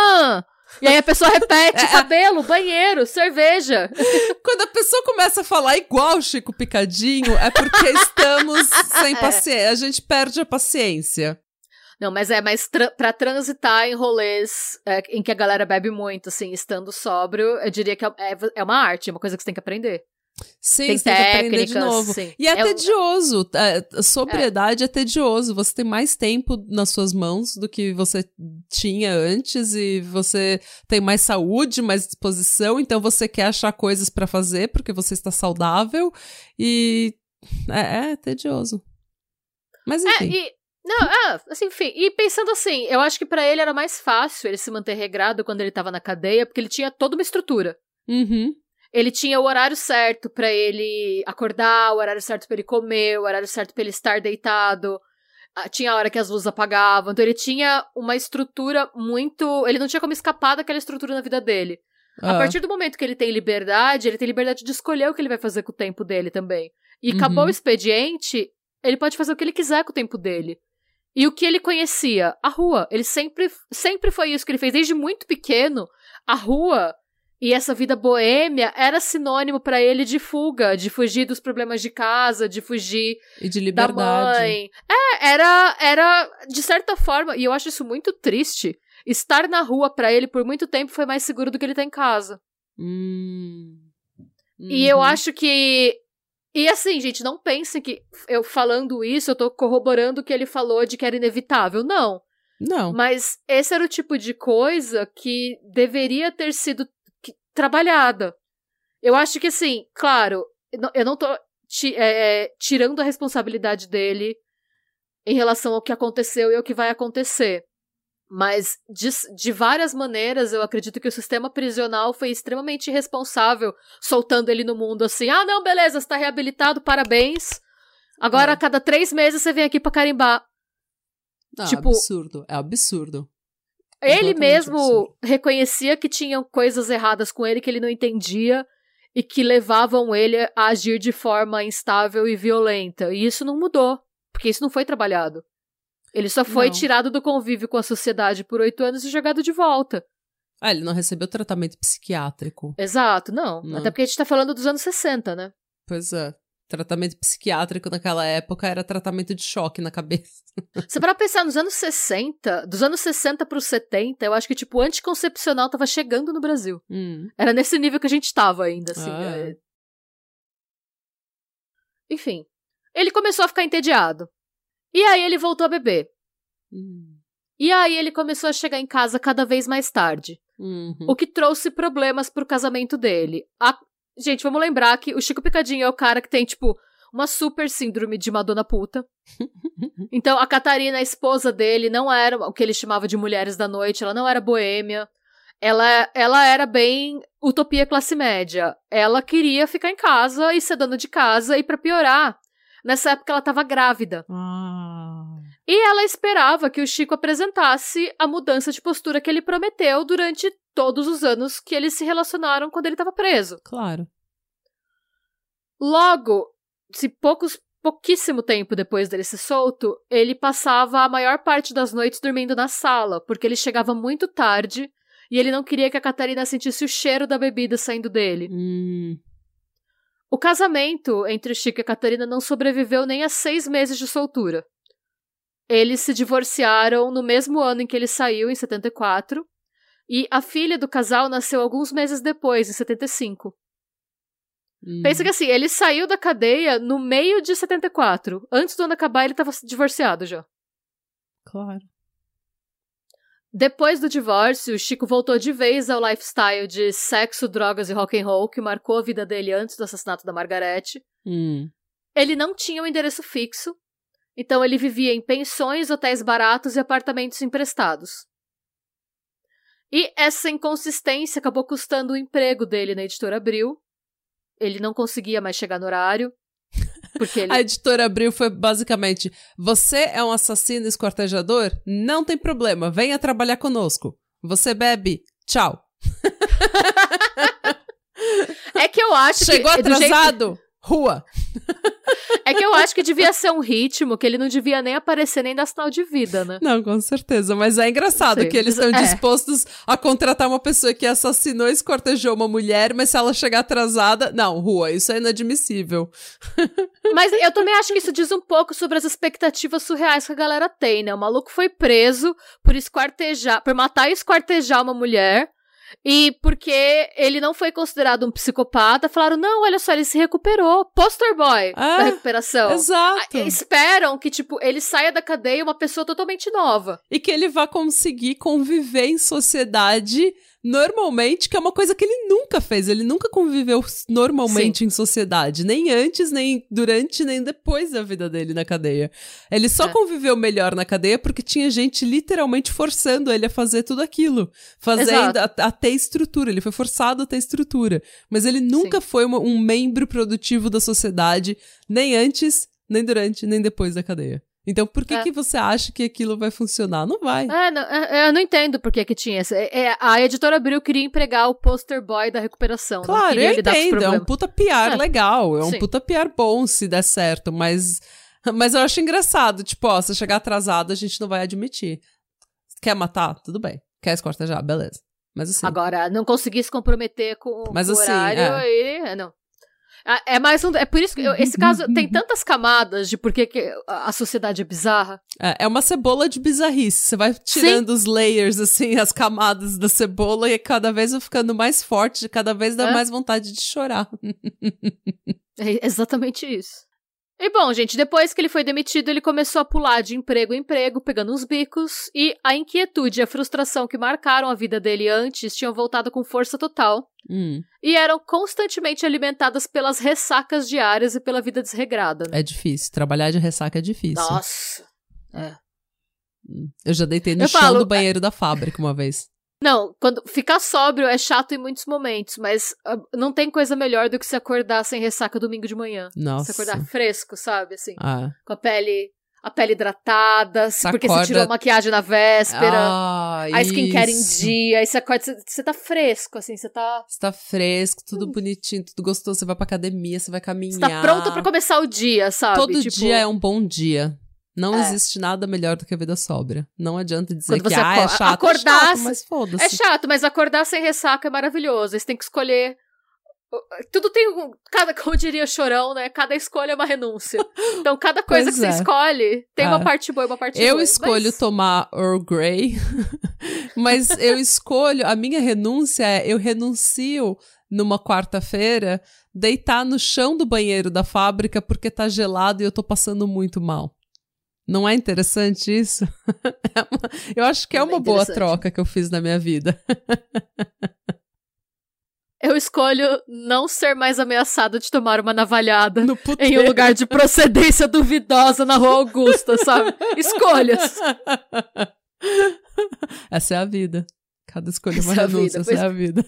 E aí a pessoa repete, cabelo, banheiro, cerveja. Quando a pessoa começa a falar igual o Chico Picadinho, é porque estamos sem paciência, a gente perde a paciência. Não, mas pra transitar em rolês em que a galera bebe muito, assim, estando sóbrio, eu diria que é uma arte, é uma coisa que você tem que aprender. Sim, você tem que aprender de novo. Sim. E é tedioso. Sobriedade é tedioso. Você tem mais tempo nas suas mãos do que você tinha antes e você tem mais saúde, mais disposição, então você quer achar coisas pra fazer porque você está saudável e é tedioso. Mas enfim. Assim, enfim, e pensando assim, eu acho que pra ele era mais fácil ele se manter regrado quando ele tava na cadeia, porque ele tinha toda uma estrutura. Uhum. Ele tinha o horário certo pra ele acordar, o horário certo pra ele comer, o horário certo pra ele estar deitado, tinha a hora que as luzes apagavam, então ele tinha uma estrutura muito... Ele não tinha como escapar daquela estrutura na vida dele. A partir do momento que ele tem liberdade de escolher o que ele vai fazer com o tempo dele também. E acabou o expediente, ele pode fazer o que ele quiser com o tempo dele. E o que ele conhecia? A rua. Ele sempre foi isso que ele fez. Desde muito pequeno, a rua e essa vida boêmia era sinônimo pra ele de fuga, de fugir dos problemas de casa, de fugir e de liberdade. Da mãe. Era de certa forma, e eu acho isso muito triste, estar na rua pra ele por muito tempo foi mais seguro do que ele tá em casa. E eu acho que... E assim, gente, não pensem que eu falando isso, eu tô corroborando o que ele falou de que era inevitável. Não. Não. Mas esse era o tipo de coisa que deveria ter sido trabalhada. Eu acho que, assim, claro, eu não tô tirando a responsabilidade dele em relação ao que aconteceu e ao que vai acontecer. Mas, de várias maneiras, eu acredito que o sistema prisional foi extremamente irresponsável, soltando ele no mundo assim, não, beleza, você tá reabilitado, parabéns. Agora, a cada 3 meses, você vem aqui pra carimbar. Tipo, absurdo, é absurdo. Ele mesmo reconhecia que tinham coisas erradas com ele que ele não entendia e que levavam ele a agir de forma instável e violenta. E isso não mudou, porque isso não foi trabalhado. Ele só foi tirado do convívio com a sociedade por 8 anos e jogado de volta. Ele não recebeu tratamento psiquiátrico. Exato, não. Até porque a gente tá falando dos anos 60, né? Pois é. Tratamento psiquiátrico naquela época era tratamento de choque na cabeça. Se parar pra pensar nos anos 60, dos anos 60 pros 70, eu acho que, tipo, o anticoncepcional tava chegando no Brasil. Era nesse nível que a gente tava ainda, assim. Enfim. Ele começou a ficar entediado. E aí ele voltou a beber. E aí ele começou a chegar em casa cada vez mais tarde. O que trouxe problemas pro casamento dele. Gente, vamos lembrar que o Chico Picadinho é o cara que tem, tipo, uma super síndrome de Madonna puta. Então, a Catarina, a esposa dele, não era o que ele chamava de mulheres da noite, ela não era boêmia. Ela era bem utopia classe média. Ela queria ficar em casa e ser dona de casa, e pra piorar, nessa época ela tava grávida. E ela esperava que o Chico apresentasse a mudança de postura que ele prometeu durante todos os anos que eles se relacionaram quando ele estava preso. Claro. Logo, pouquíssimo tempo depois dele ser solto, ele passava a maior parte das noites dormindo na sala, porque ele chegava muito tarde e ele não queria que a Catarina sentisse o cheiro da bebida saindo dele. O casamento entre o Chico e a Catarina não sobreviveu nem a 6 meses de soltura. Eles se divorciaram no mesmo ano em que ele saiu, em 74, e a filha do casal nasceu alguns meses depois, em 75. Pensa que assim, ele saiu da cadeia no meio de 74. Antes do ano acabar, ele estava divorciado já. Claro. Depois do divórcio, o Chico voltou de vez ao lifestyle de sexo, drogas e rock and roll que marcou a vida dele antes do assassinato da Margarete. Ele não tinha um endereço fixo, então ele vivia em pensões, hotéis baratos e apartamentos emprestados. E essa inconsistência acabou custando o emprego dele na Editora Abril. Ele não conseguia mais chegar no horário. Porque ele... A Editora Abril foi basicamente: você é um assassino esquartejador? Não tem problema, venha trabalhar conosco. Você bebe? Tchau. É que eu acho Chegou que... atrasado? Rua. É que eu acho que devia ser um ritmo que ele não devia nem aparecer nem dar sinal de vida, né? Não, com certeza. Mas é engraçado que eles estão dispostos a contratar uma pessoa que assassinou e esquartejou uma mulher, mas se ela chegar atrasada... Não, rua, isso é inadmissível. Mas eu também acho que isso diz um pouco sobre as expectativas surreais que a galera tem, né? O maluco foi preso por matar e esquartejar uma mulher... E porque ele não foi considerado um psicopata, falaram, não, olha só, ele se recuperou. Poster boy da recuperação. Exato. Esperam que, tipo, ele saia da cadeia uma pessoa totalmente nova. E que ele vá conseguir conviver em sociedade normalmente, que é uma coisa que ele nunca fez. Ele nunca conviveu normalmente em sociedade. Nem antes, nem durante, nem depois da vida dele na cadeia. Ele só conviveu melhor na cadeia porque tinha gente literalmente forçando ele a fazer tudo aquilo. Fazendo a ter estrutura. Ele foi forçado a ter estrutura. Mas ele nunca foi um membro produtivo da sociedade, nem antes, nem durante, nem depois da cadeia. Então, por que você acha que aquilo vai funcionar? Não vai. Eu não entendo por que tinha essa. A Editora Abril queria empregar o poster boy da recuperação. Claro, eu entendo. É um puta PR legal. É um puta PR bom se der certo. Mas eu acho engraçado. Tipo, se chegar atrasado, a gente não vai admitir. Quer matar? Tudo bem. Quer esquartejar? Beleza. Mas assim... Agora, não conseguir se comprometer com o horário, aí... Não. É por isso que esse caso tem tantas camadas de por que a sociedade é bizarra. É uma cebola de bizarrice. Você vai tirando os layers, assim, as camadas da cebola e cada vez vai ficando mais forte, cada vez dá mais vontade de chorar. É exatamente isso. E bom, gente, depois que ele foi demitido, ele começou a pular de emprego em emprego, pegando uns bicos, e a inquietude e a frustração que marcaram a vida dele antes tinham voltado com força total, e eram constantemente alimentadas pelas ressacas diárias e pela vida desregrada. Né? É difícil, trabalhar de ressaca é difícil. Nossa! Eu já deitei no chão do banheiro da fábrica uma vez. Não, ficar sóbrio é chato em muitos momentos, mas não tem coisa melhor do que se acordar sem ressaca domingo de manhã. Nossa. Se acordar fresco, sabe, assim, com a pele hidratada, porque você tirou a maquiagem na véspera, a skincare em dia, aí você acorda, você tá fresco, assim, você tá... Você tá fresco, tudo bonitinho, tudo gostoso, você vai pra academia, você vai caminhar. Você tá pronto pra começar o dia, sabe? Todo dia é um bom dia. Não existe nada melhor do que a vida sóbria. Não adianta dizer que é chato. Acordar, é chato, mas foda-se. É chato, mas acordar sem ressaca é maravilhoso. Você tem que escolher... Tudo tem como diria o Chorão, né? Cada escolha é uma renúncia. Então, cada coisa que você escolhe tem uma parte boa e uma parte ruim. Eu escolho tomar Earl Grey, mas eu escolho... A minha renúncia eu renuncio numa quarta-feira deitar no chão do banheiro da fábrica porque tá gelado e eu tô passando muito mal. Não é interessante isso? Eu acho que é uma boa troca que eu fiz na minha vida. Eu escolho não ser mais ameaçada de tomar uma navalhada em um lugar de procedência duvidosa na Rua Augusta, sabe? Escolhas. Essa é a vida. Cada escolha é uma renúncia, essa é a vida.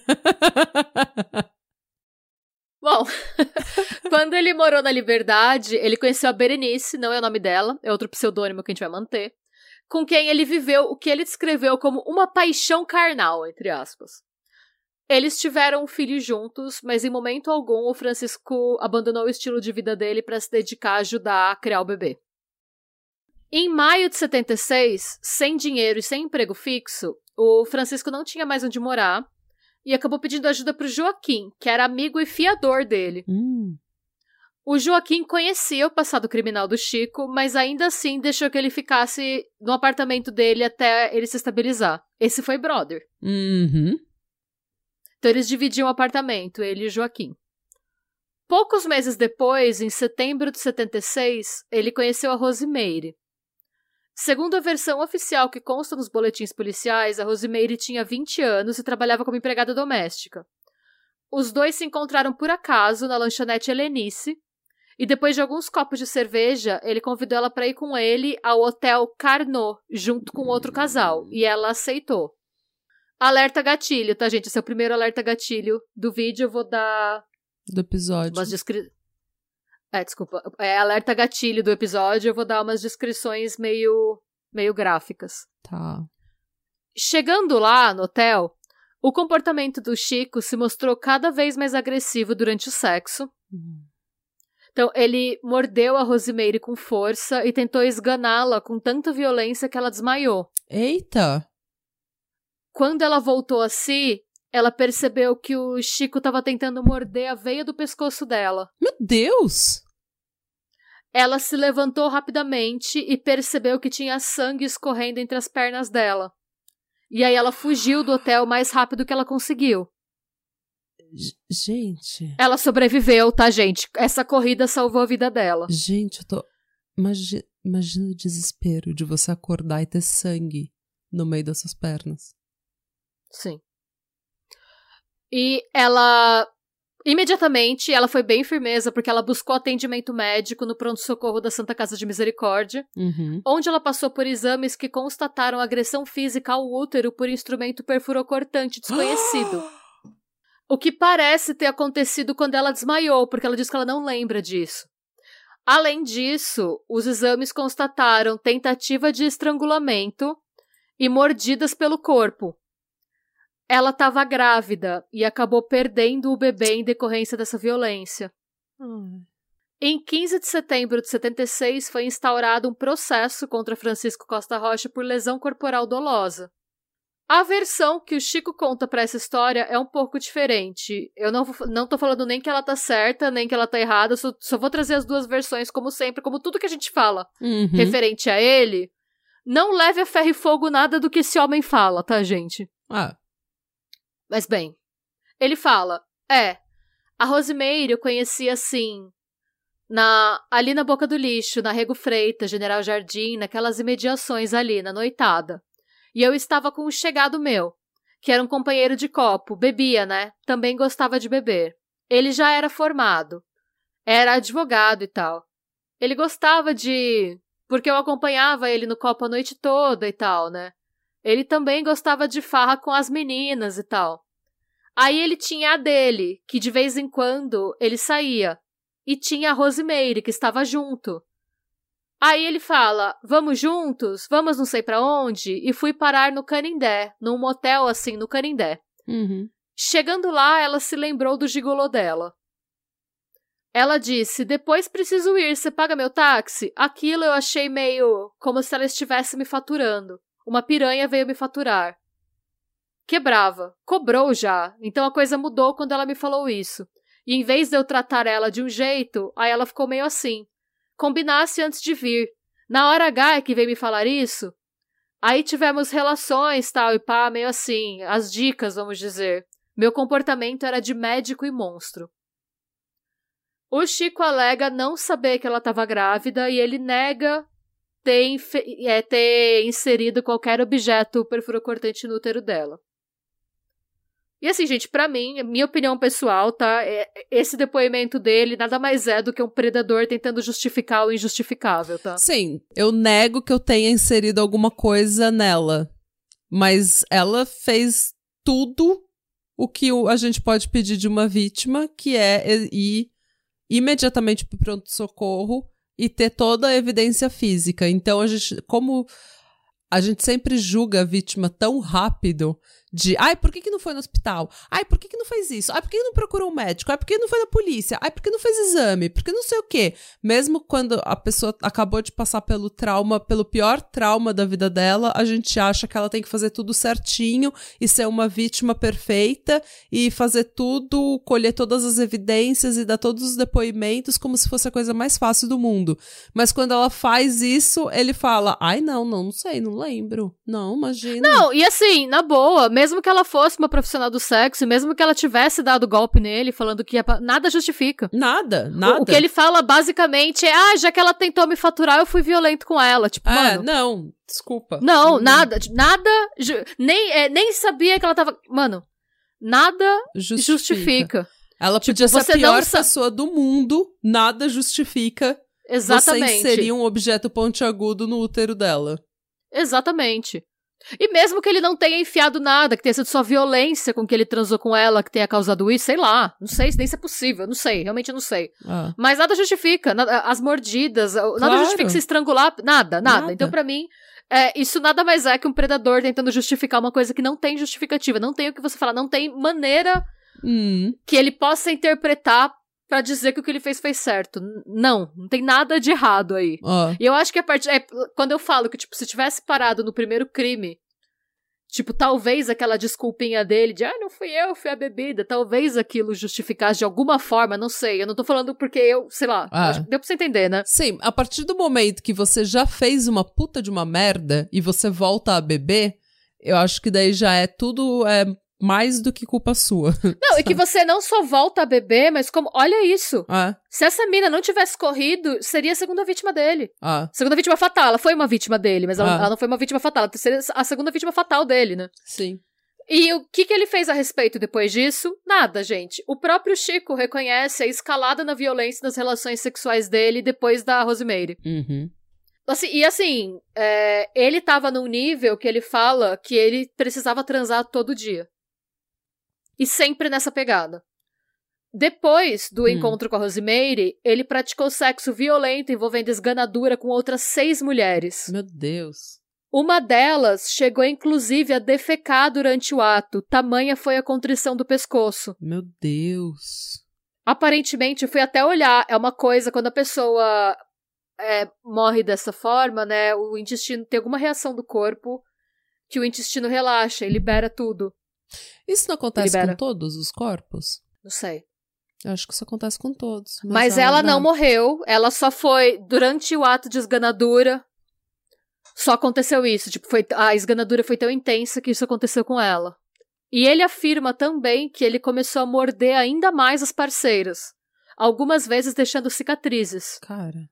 Bom, quando ele morou na Liberdade, ele conheceu a Berenice, não é o nome dela, é outro pseudônimo que a gente vai manter, com quem ele viveu o que ele descreveu como uma paixão carnal, entre aspas. Eles tiveram um filho juntos, mas em momento algum o Francisco abandonou o estilo de vida dele para se dedicar a ajudar a criar o bebê. Em maio de 76, sem dinheiro e sem emprego fixo, o Francisco não tinha mais onde morar e acabou pedindo ajuda para o Joaquim, que era amigo e fiador dele. O Joaquim conhecia o passado criminal do Chico, mas ainda assim deixou que ele ficasse no apartamento dele até ele se estabilizar. Esse foi brother. Então eles dividiam o apartamento, ele e o Joaquim. Poucos meses depois, em setembro de 76, ele conheceu a Rosimeire. Segundo a versão oficial que consta nos boletins policiais, a Rosimeire tinha 20 anos e trabalhava como empregada doméstica. Os dois se encontraram por acaso na lanchonete Helenice, e depois de alguns copos de cerveja, ele convidou ela para ir com ele ao Hotel Carnot, junto com outro casal, e ela aceitou. Alerta gatilho, tá, gente? Esse é o primeiro alerta gatilho do vídeo, eu vou dar... Do episódio. Desculpa. Alerta gatilho do episódio, eu vou dar umas descrições meio gráficas. Tá. Chegando lá no hotel, o comportamento do Chico se mostrou cada vez mais agressivo durante o sexo. Então, ele mordeu a Rosimeire com força e tentou esganá-la com tanta violência que ela desmaiou. Eita! Quando ela voltou a si, ela percebeu que o Chico estava tentando morder a veia do pescoço dela. Meu Deus! Ela se levantou rapidamente e percebeu que tinha sangue escorrendo entre as pernas dela. E aí ela fugiu do hotel o mais rápido que ela conseguiu. Gente... Ela sobreviveu, tá, gente? Essa corrida salvou a vida dela. Gente, eu tô... Imagina o desespero de você acordar e ter sangue no meio das suas pernas. Sim. E ela... Imediatamente, ela foi bem firmeza, porque ela buscou atendimento médico no pronto-socorro da Santa Casa de Misericórdia, onde ela passou por exames que constataram agressão física ao útero por instrumento perfurocortante desconhecido. O que parece ter acontecido quando ela desmaiou, porque ela disse que ela não lembra disso. Além disso, os exames constataram tentativa de estrangulamento e mordidas pelo corpo. Ela estava grávida e acabou perdendo o bebê em decorrência dessa violência. Em 15 de setembro de 76, foi instaurado um processo contra Francisco Costa Rocha por lesão corporal dolosa. A versão que o Chico conta pra essa história é um pouco diferente. Eu não tô falando nem que ela tá certa, nem que ela tá errada, só vou trazer as duas versões, como sempre, como tudo que a gente fala referente a ele. Não leve a ferro e fogo nada do que esse homem fala, tá, gente? Mas bem, ele fala, a Rosimeire eu conheci assim, ali na Boca do Lixo, na Rego Freitas, General Jardim, naquelas imediações ali, na noitada. E eu estava com um chegado meu, que era um companheiro de copo, bebia, né? Também gostava de beber. Ele já era formado, era advogado e tal. Ele gostava porque eu acompanhava ele no copo a noite toda e tal, né? Ele também gostava de farra com as meninas e tal. Aí ele tinha a dele, que de vez em quando ele saía. E tinha a Rosimeire, que estava junto. Aí ele fala, vamos juntos? Vamos não sei pra onde? E fui parar no Canindé, num motel assim, no Canindé. Chegando lá, ela se lembrou do gigolô dela. Ela disse, depois preciso ir, você paga meu táxi? Aquilo eu achei meio como se ela estivesse me faturando. Uma piranha veio me faturar. Quebrava. Cobrou já. Então a coisa mudou quando ela me falou isso. E em vez de eu tratar ela de um jeito, aí ela ficou meio assim. Combinasse antes de vir. Na hora H é que veio me falar isso. Aí tivemos relações, tal e pá, meio assim. As dicas, vamos dizer. Meu comportamento era de médico e monstro. O Chico alega não saber que ela estava grávida e ele nega ter inserido qualquer objeto perfurocortante no útero dela. E assim, gente, pra mim, minha opinião pessoal, tá? Esse depoimento dele nada mais é do que um predador tentando justificar o injustificável, tá? Sim, eu nego que eu tenha inserido alguma coisa nela. Mas ela fez tudo o que a gente pode pedir de uma vítima, que é ir imediatamente pro pronto-socorro e ter toda a evidência física. Então, como a gente sempre julga a vítima tão rápido de, ai, por que não foi no hospital? Ai, por que não fez isso? Ai, por que não procurou um médico? Ai, por que não foi na polícia? Ai, por que não fez exame? Por que não sei o quê? Mesmo quando a pessoa acabou de passar pelo pior trauma da vida dela, a gente acha que ela tem que fazer tudo certinho e ser uma vítima perfeita e fazer tudo, colher todas as evidências e dar todos os depoimentos como se fosse a coisa mais fácil do mundo. Mas quando ela faz isso, ele fala, ai, não sei, não lembro. Não, imagina. Não, e assim, na boa, mesmo que ela fosse uma profissional do sexo, mesmo que ela tivesse dado golpe nele, falando que nada justifica. Nada. O que ele fala, basicamente, é, já que ela tentou me faturar, eu fui violento com ela. Tipo, mano... não, desculpa. Não, nada, nem sabia que ela tava... Mano, nada justifica. Ela podia ser a pior pessoa do mundo, nada justifica exatamente você inserir um objeto pontiagudo no útero dela. Exatamente. E mesmo que ele não tenha enfiado nada, que tenha sido só violência com que ele transou com ela, que tenha causado isso, sei lá. Não sei nem se é possível, não sei, realmente não sei. Mas nada justifica, as mordidas, nada justifica se estrangular, nada. Então pra mim, isso nada mais é que um predador tentando justificar uma coisa que não tem justificativa, não tem o que você falar, não tem maneira que ele possa interpretar pra dizer que o que ele fez certo. Não tem nada de errado aí. E eu acho que quando eu falo que, tipo, se tivesse parado no primeiro crime, tipo, talvez aquela desculpinha dele de, não fui eu, fui a bebida, talvez aquilo justificasse de alguma forma, não sei, eu não tô falando porque eu, sei lá, acho que deu pra você entender, né? Sim, a partir do momento que você já fez uma puta de uma merda e você volta a beber, eu acho que daí já é tudo... mais do que culpa sua. Não, e que você não só volta a beber, mas como... Olha isso. Se essa mina não tivesse corrido, seria a segunda vítima dele. Segunda vítima fatal. Ela foi uma vítima dele, mas ela não foi uma vítima fatal. Ela seria a segunda vítima fatal dele, né? Sim. E o que ele fez a respeito depois disso? Nada, gente. O próprio Chico reconhece a escalada na violência nas relações sexuais dele depois da Rosemary. Assim, ele tava num nível que ele fala que ele precisava transar todo dia. E sempre nessa pegada. Depois do encontro com a Rosemary, ele praticou sexo violento envolvendo esganadura com outras 6 mulheres. Meu Deus. Uma delas chegou inclusive a defecar durante o ato, tamanha foi a contrição do pescoço. Meu Deus. Aparentemente, eu fui até olhar, é uma coisa, quando a pessoa morre dessa forma, né, o intestino tem alguma reação do corpo que o intestino relaxa e libera tudo. Isso não acontece com todos os corpos? Não sei. Eu acho que isso acontece com todos. Mas ela não morreu, ela só foi, durante o ato de esganadura, só aconteceu isso. Tipo, a esganadura foi tão intensa que isso aconteceu com ela. E ele afirma também que ele começou a morder ainda mais as parceiras, algumas vezes deixando cicatrizes. Cara.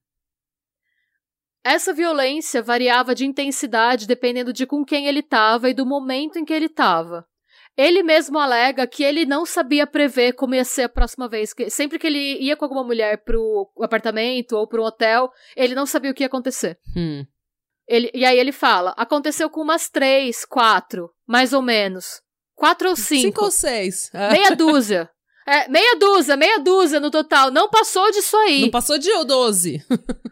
Essa violência variava de intensidade dependendo de com quem ele estava e do momento em que ele estava. Ele mesmo alega que ele não sabia prever como ia ser a próxima vez. Sempre que ele ia com alguma mulher pro apartamento ou pro hotel, ele não sabia o que ia acontecer. E aí ele fala, aconteceu com umas 3, 4, mais ou menos. 4 ou 5. 5 ou 6. Meia dúzia. Meia dúzia no total. Não passou disso aí. Não passou de 12.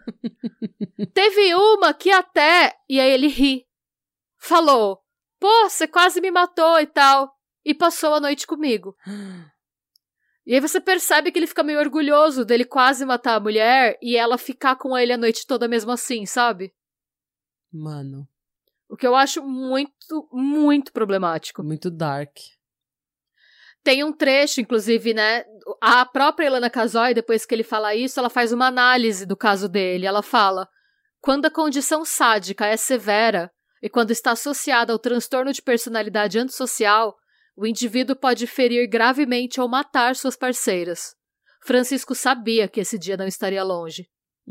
Teve uma que até... E aí ele ri. Falou, pô, você quase me matou e tal. E passou a noite comigo. E aí você percebe que ele fica meio orgulhoso dele quase matar a mulher e ela ficar com ele a noite toda mesmo assim, sabe? Mano. O que eu acho muito, muito problemático. Muito dark. Tem um trecho, inclusive, né? A própria Ilana Kazoy, depois que ele fala isso, ela faz uma análise do caso dele. Ela fala, quando a condição sádica é severa e quando está associada ao transtorno de personalidade antissocial, o indivíduo pode ferir gravemente ou matar suas parceiras. Francisco sabia que esse dia não estaria longe.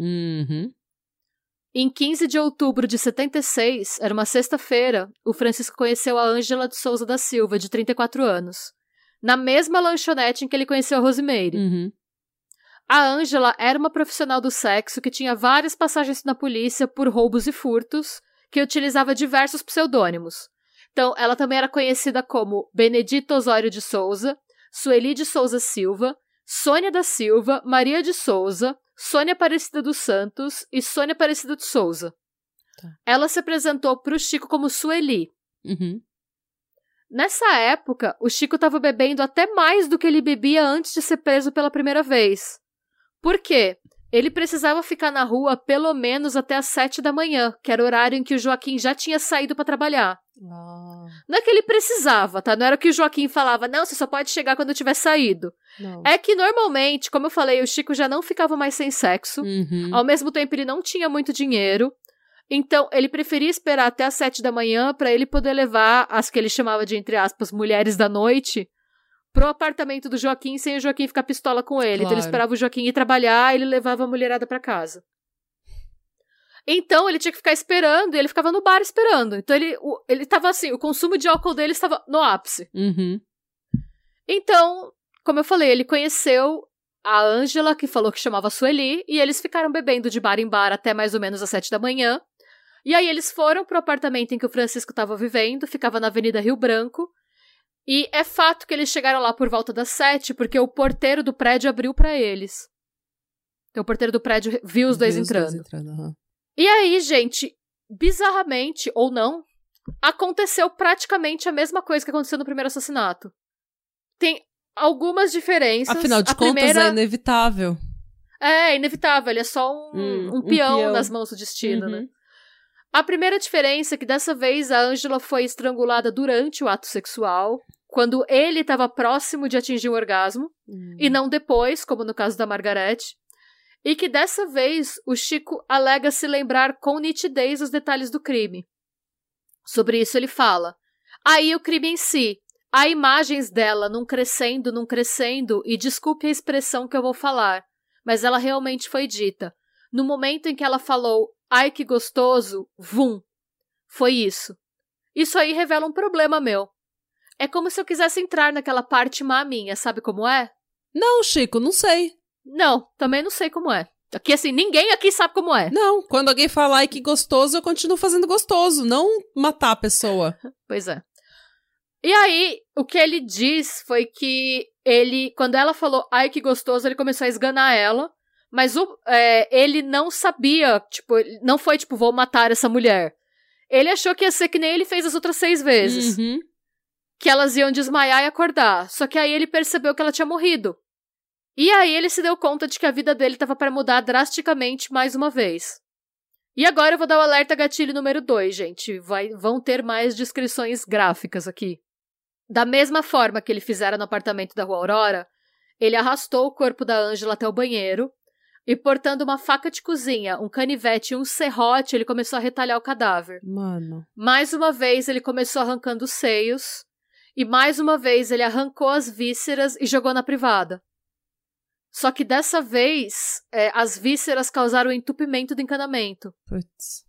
Em 15 de outubro de 76, era uma sexta-feira, o Francisco conheceu a Ângela de Souza da Silva, de 34 anos. na mesma lanchonete em que ele conheceu a Rosemary. Uhum. A Angela era uma profissional do sexo que tinha várias passagens na polícia por roubos e furtos, que utilizava diversos pseudônimos. Então, ela também era conhecida como Benedita Osório de Souza, Sueli de Souza Silva, Sônia da Silva, Maria de Souza, Sônia Aparecida dos Santos e Sônia Aparecida de Souza. Tá. Ela se apresentou para o Chico como Sueli. Uhum. Nessa época, o Chico estava bebendo até mais do que ele bebia antes de ser preso pela primeira vez. Por quê? Ele precisava ficar na rua pelo menos até às 7 da manhã, que era o horário em que o Joaquim já tinha saído para trabalhar. Não é que ele precisava, tá? Não era o que o Joaquim falava, não, você só pode chegar quando eu tiver saído. Não. É que normalmente, como eu falei, o Chico já não ficava mais sem sexo. Uhum. Ao mesmo tempo, ele não tinha muito dinheiro. Então, ele preferia esperar até às 7 da manhã para ele poder levar as que ele chamava de, entre aspas, mulheres da noite pro apartamento do Joaquim sem o Joaquim ficar pistola com ele. Claro. Então, ele esperava o Joaquim ir trabalhar e ele levava a mulherada pra casa. Então, ele tinha que ficar esperando e ele ficava no bar esperando. Então, ele tava assim, o consumo de álcool dele estava no ápice. Uhum. Então, como eu falei, ele conheceu a Ângela, que falou que chamava Sueli, e eles ficaram bebendo de bar em bar até mais ou menos às 7 da manhã. E aí eles foram pro apartamento em que o Francisco estava vivendo, ficava na Avenida Rio Branco. E é fato que eles chegaram lá por volta das 7, porque o porteiro do prédio abriu pra eles. Então o porteiro do prédio viu os dois entrando. Uhum. E aí, gente, bizarramente, ou não, aconteceu praticamente a mesma coisa que aconteceu no primeiro assassinato. Tem algumas diferenças. Afinal de contas, é inevitável. É inevitável, ele é só um peão nas mãos do destino, né? A primeira diferença é que dessa vez a Ângela foi estrangulada durante o ato sexual, quando ele estava próximo de atingir o orgasmo, e não depois, como no caso da Margarete, e que dessa vez o Chico alega se lembrar com nitidez os detalhes do crime. Sobre isso ele fala: aí o crime em si, há imagens dela num crescendo, e desculpe a expressão que eu vou falar, mas ela realmente foi dita. No momento em que ela falou, ai que gostoso, vum. Foi isso. Isso aí revela um problema meu. É como se eu quisesse entrar naquela parte má minha, sabe como é? Não, Chico, não sei. Não, também não sei como é. Aqui, assim, ninguém aqui sabe como é. Não, quando alguém fala ai que gostoso, eu continuo fazendo gostoso, não matar a pessoa. Pois é. E aí, o que ele diz foi que ele, quando ela falou ai que gostoso, ele começou a esganar ela. Mas ele não sabia, tipo, não foi tipo, vou matar essa mulher. Ele achou que ia ser que nem ele fez as outras 6 vezes. Uhum. Que elas iam desmaiar e acordar. Só que aí ele percebeu que ela tinha morrido. E aí ele se deu conta de que a vida dele estava para mudar drasticamente mais uma vez. E agora eu vou dar o alerta gatilho número 2, gente. Vão ter mais descrições gráficas aqui. Da mesma forma que ele fizera no apartamento da Rua Aurora, ele arrastou o corpo da Ângela até o banheiro, e portando uma faca de cozinha, um canivete e um serrote, ele começou a retalhar o cadáver. Mano. Mais uma vez, ele começou arrancando os seios. E mais uma vez, ele arrancou as vísceras e jogou na privada. Só que dessa vez, as vísceras causaram entupimento do encanamento. Putz.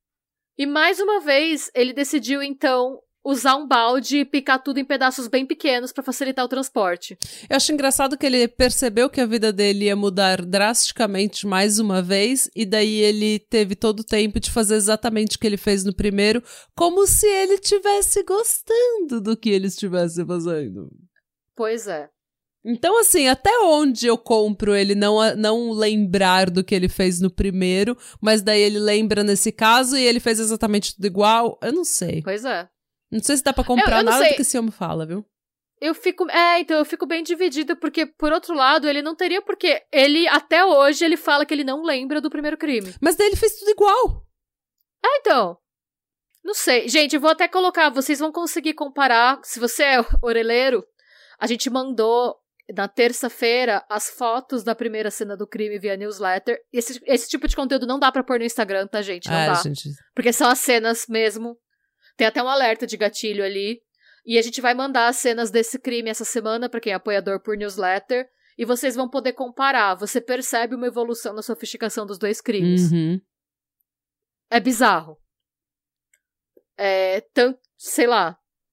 E mais uma vez, ele decidiu, então, usar um balde e picar tudo em pedaços bem pequenos para facilitar o transporte. Eu acho engraçado que ele percebeu que a vida dele ia mudar drasticamente mais uma vez, e daí ele teve todo o tempo de fazer exatamente o que ele fez no primeiro, como se ele estivesse gostando do que ele estivesse fazendo. Pois é. Então, assim, até onde eu compro ele não lembrar do que ele fez no primeiro, mas daí ele lembra nesse caso e ele fez exatamente tudo igual, eu não sei. Pois é. Não sei se dá pra comprar nada do que esse homem fala, viu? Então eu fico bem dividida, porque, por outro lado, ele não teria porque ele, até hoje, ele fala que ele não lembra do primeiro crime. Mas daí ele fez tudo igual. Então. Não sei. Gente, eu vou até colocar, vocês vão conseguir comparar, se você é orelheiro, a gente mandou na terça-feira as fotos da primeira cena do crime via newsletter. Esse tipo de conteúdo não dá pra pôr no Instagram, tá, gente? Não dá. Gente. Porque são as cenas mesmo. Tem até um alerta de gatilho ali. E a gente vai mandar as cenas desse crime essa semana pra quem é apoiador por newsletter. E vocês vão poder comparar. Você percebe uma evolução na sofisticação dos dois crimes. Uhum. É bizarro. Sei lá.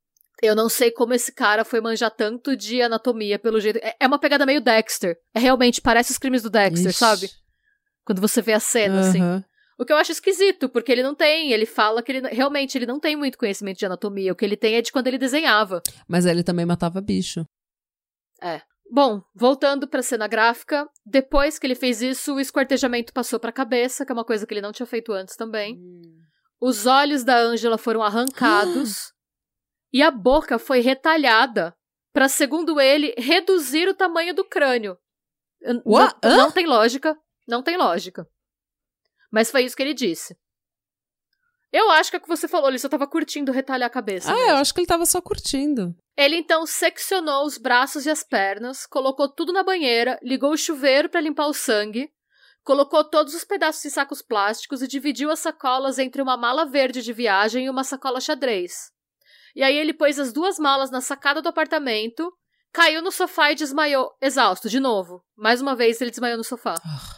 Eu não sei como esse cara foi manjar tanto de anatomia, pelo jeito. É uma pegada meio Dexter. Realmente, parece os crimes do Dexter, Ixi. sabe? Quando você vê a cena, assim. O que eu acho esquisito, porque ele fala que realmente ele não tem muito conhecimento de anatomia. O que ele tem é de quando ele desenhava. Mas ele também matava bicho. Bom, voltando pra cena gráfica, depois que ele fez isso, o esquartejamento passou pra cabeça, que é uma coisa que ele não tinha feito antes também. Os olhos da Angela foram arrancados e a boca foi retalhada pra, segundo ele, reduzir o tamanho do crânio. Não tem lógica. Não tem lógica. Mas foi isso que ele disse. Eu acho que é o que você falou, ele só tava curtindo retalhar a cabeça. Eu acho que ele tava só curtindo. Ele então seccionou os braços e as pernas, colocou tudo na banheira, ligou o chuveiro pra limpar o sangue, colocou todos os pedaços em sacos plásticos e dividiu as sacolas entre uma mala verde de viagem e uma sacola xadrez. E aí ele pôs as 2 malas na sacada do apartamento, caiu no sofá e desmaiou, exausto, de novo. Mais uma vez ele desmaiou no sofá.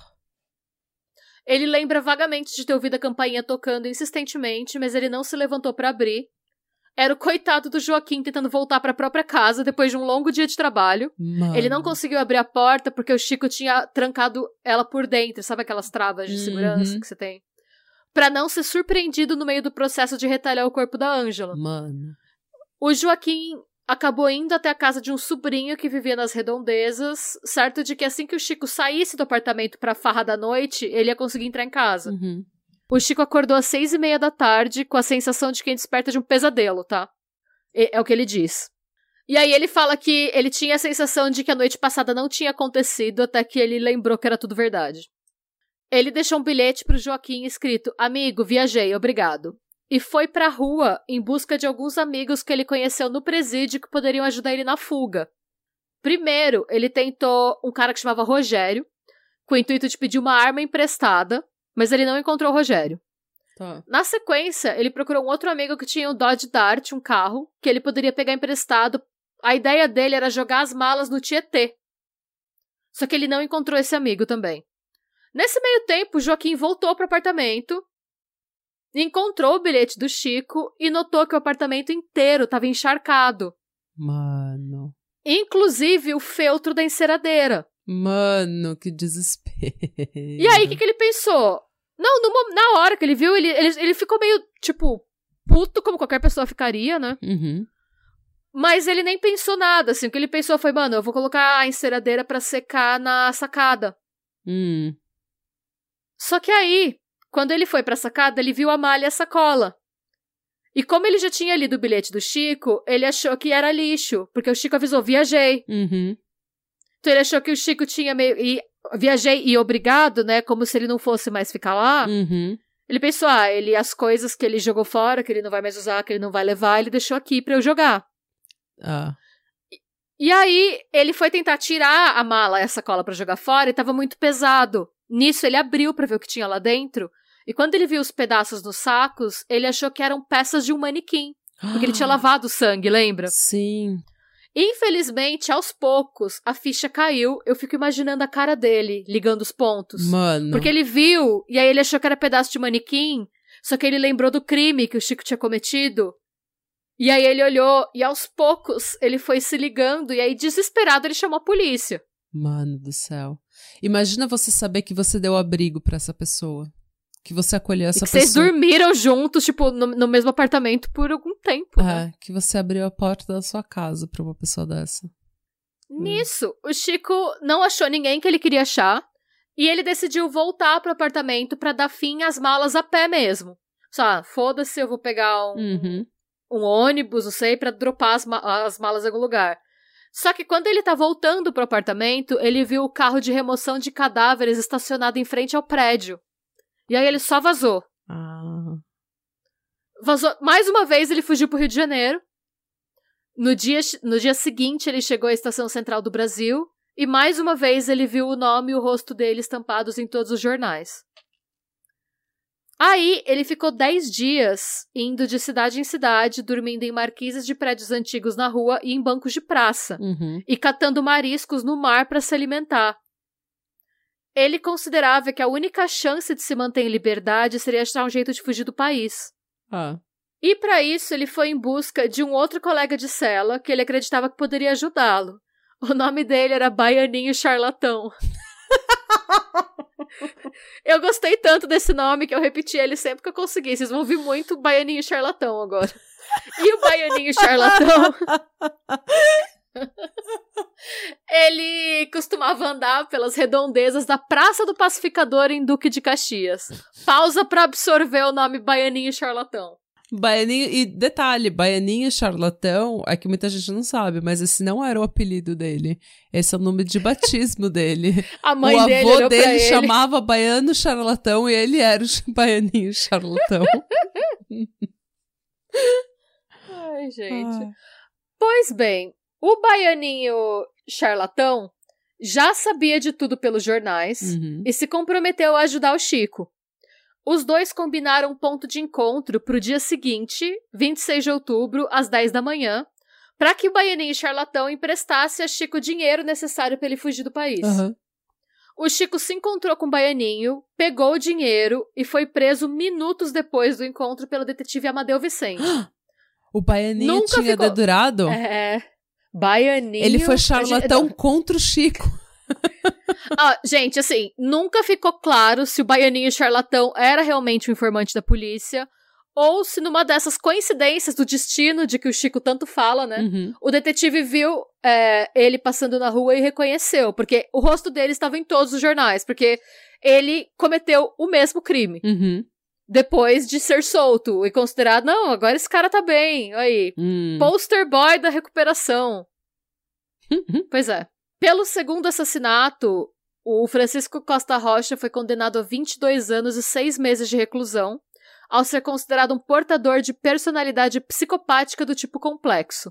Ele lembra vagamente de ter ouvido a campainha tocando insistentemente, mas ele não se levantou pra abrir. Era o coitado do Joaquim tentando voltar pra própria casa depois de um longo dia de trabalho. Mano. Ele não conseguiu abrir a porta porque o Chico tinha trancado ela por dentro, sabe aquelas travas de segurança que você tem? Pra não ser surpreendido no meio do processo de retalhar o corpo da Ângela. Mano. O Joaquim acabou indo até a casa de um sobrinho que vivia nas redondezas, certo de que assim que o Chico saísse do apartamento pra farra da noite, ele ia conseguir entrar em casa. O Chico acordou às 6:30 da tarde com a sensação de quem desperta de um pesadelo, tá? É o que ele diz. E aí ele fala que ele tinha a sensação de que a noite passada não tinha acontecido até que ele lembrou que era tudo verdade. Ele deixou um bilhete pro Joaquim escrito: "Amigo, viajei, obrigado." E foi pra rua em busca de alguns amigos que ele conheceu no presídio que poderiam ajudar ele na fuga. Primeiro, ele tentou um cara que chamava Rogério, com o intuito de pedir uma arma emprestada, mas ele não encontrou o Rogério. Tá. Na sequência, ele procurou um outro amigo que tinha um Dodge Dart, um carro, que ele poderia pegar emprestado. A ideia dele era jogar as malas no Tietê. Só que ele não encontrou esse amigo também. Nesse meio tempo, Joaquim voltou pro apartamento, encontrou o bilhete do Chico e notou que o apartamento inteiro estava encharcado. Mano. Inclusive o feltro da enceradeira. Mano, que desespero. E aí, o que ele pensou? Não, na hora que ele viu, ele ficou meio, tipo, puto, como qualquer pessoa ficaria, né? Mas ele nem pensou nada, assim. O que ele pensou foi, mano, eu vou colocar a enceradeira pra secar na sacada. Só que aí, quando ele foi pra sacada, ele viu a malha e a sacola. E como ele já tinha lido o bilhete do Chico, ele achou que era lixo, porque o Chico avisou, viajei. Então ele achou que o Chico tinha meio... viajei e obrigado, né? Como se ele não fosse mais ficar lá. Ele pensou, as coisas que ele jogou fora, que ele não vai mais usar, que ele não vai levar, ele deixou aqui pra eu jogar. E aí, ele foi tentar tirar a mala e a sacola pra jogar fora e tava muito pesado. Nisso, ele abriu pra ver o que tinha lá dentro. E quando ele viu os pedaços nos sacos, ele achou que eram peças de um manequim. Porque ele tinha lavado o sangue, lembra? Sim. Infelizmente, aos poucos, a ficha caiu. Eu fico imaginando a cara dele, ligando os pontos. Mano. Porque ele viu, e aí ele achou que era pedaço de manequim, só que ele lembrou do crime que o Chico tinha cometido. E aí ele olhou, e aos poucos, ele foi se ligando, e aí, desesperado, ele chamou a polícia. Mano do céu. Imagina você saber que você deu abrigo pra essa pessoa. Que você acolheu essa pessoa. Vocês dormiram juntos, tipo, no mesmo apartamento por algum tempo. Né? Que você abriu a porta da sua casa pra uma pessoa dessa. Nisso, o Chico não achou ninguém que ele queria achar, e ele decidiu voltar pro apartamento pra dar fim às malas a pé mesmo. Só, foda-se, eu vou pegar um ônibus, não sei, pra dropar as malas em algum lugar. Só que quando ele tá voltando pro apartamento, ele viu o carro de remoção de cadáveres estacionado em frente ao prédio. E aí ele só vazou. Vazou. Mais uma vez ele fugiu pro Rio de Janeiro. No dia seguinte ele chegou à Estação Central do Brasil. E mais uma vez ele viu o nome e o rosto dele estampados em todos os jornais. Aí ele ficou 10 dias indo de cidade em cidade, dormindo em marquises de prédios antigos na rua e em bancos de praça. E catando mariscos no mar para se alimentar. Ele considerava que a única chance de se manter em liberdade seria achar um jeito de fugir do país. E para isso ele foi em busca de um outro colega de cela que ele acreditava que poderia ajudá-lo. O nome dele era Baianinho Charlatão. Eu gostei tanto desse nome que eu repeti ele sempre que eu consegui. Vocês vão ouvir muito Baianinho Charlatão agora. E o Baianinho Charlatão... ele costumava andar pelas redondezas da Praça do Pacificador em Duque de Caxias. Pausa pra absorver o nome Baianinho Charlatão. Baianinho, e detalhe, Baianinho Charlatão, é que muita gente não sabe, mas esse não era o apelido dele. Esse é o nome de batismo dele. A mãe o dele avô dele ele. chamava Baiano Charlatão e ele era o Baianinho Charlatão. Ai, gente. Pois bem, o Baianinho Charlatão já sabia de tudo pelos jornais e se comprometeu a ajudar o Chico. Os dois combinaram um ponto de encontro para o dia seguinte, 26 de outubro, às 10 da manhã, para que o Baianinho Charlatão emprestasse a Chico o dinheiro necessário para ele fugir do país. O Chico se encontrou com o Baianinho, pegou o dinheiro e foi preso minutos depois do encontro pelo detetive Amadeu Vicente. O Baianinho tinha dedurado? Baianinho... Ele foi charlatão contra o Chico. Gente, assim, nunca ficou claro se o Baianinho Charlatão era realmente um informante da polícia ou se numa dessas coincidências do destino de que o Chico tanto fala, né? O detetive viu ele passando na rua e reconheceu, porque o rosto dele estava em todos os jornais, porque ele cometeu o mesmo crime. Depois de ser solto e considerado, não, agora esse cara tá bem, aí, poster boy da recuperação. Pois é. Pelo segundo assassinato, o Francisco Costa Rocha foi condenado a 22 anos e 6 meses de reclusão, ao ser considerado um portador de personalidade psicopática do tipo complexo.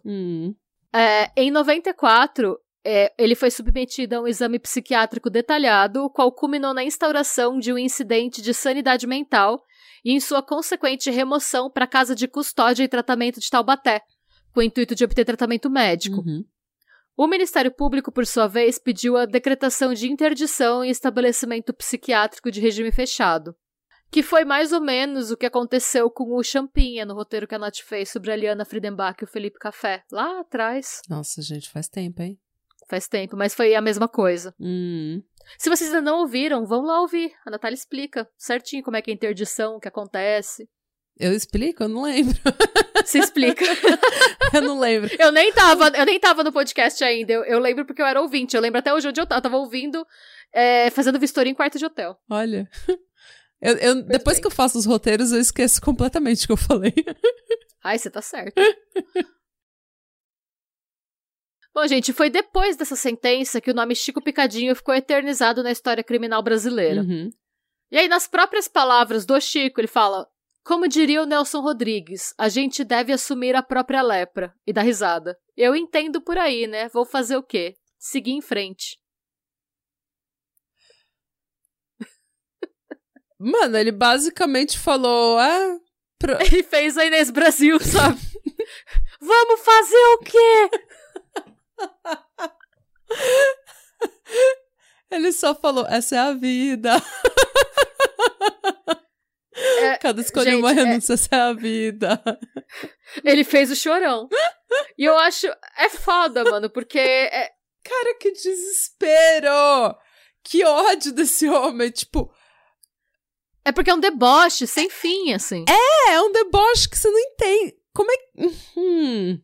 Em 94, ele foi submetido a um exame psiquiátrico detalhado, o qual culminou na instauração de um incidente de sanidade mental e em sua consequente remoção para a casa de custódia e tratamento de Taubaté, com o intuito de obter tratamento médico. O Ministério Público, por sua vez, pediu a decretação de interdição em estabelecimento psiquiátrico de regime fechado, que foi mais ou menos o que aconteceu com o Champinha no roteiro que a Nath fez sobre a Liana Friedenbach e o Felipe Café, lá atrás. Nossa, gente, faz tempo, hein? Faz tempo, mas foi a mesma coisa. Se vocês ainda não ouviram, vão lá ouvir. A Natália explica certinho como é que é a interdição, o que acontece. Eu explico? Eu não lembro. Se explica. Eu não lembro. Eu nem tava no podcast ainda. Eu lembro porque eu era ouvinte. Eu lembro até hoje onde eu tava ouvindo, fazendo vistoria em quarto de hotel. Olha. Depois que eu faço os roteiros, eu esqueço completamente o que eu falei. Ai, você tá certo. Bom, gente, foi depois dessa sentença que o nome Chico Picadinho ficou eternizado na história criminal brasileira. E aí, nas próprias palavras do Chico, ele fala: como diria o Nelson Rodrigues, a gente deve assumir a própria lepra. E dá risada. Eu entendo por aí, né? Vou fazer o quê? Seguir em frente. Mano, ele basicamente falou... Ele fez a Inês Brasil, sabe? Vamos fazer o quê? Ele só falou, essa é a vida. Cada escolha uma renúncia, essa é a vida. Ele fez o chorão. E eu acho... É foda, mano, porque... Cara, que desespero! Que ódio desse homem, tipo... É porque é um deboche sem fim, assim. É um deboche que você não entende. Como é que...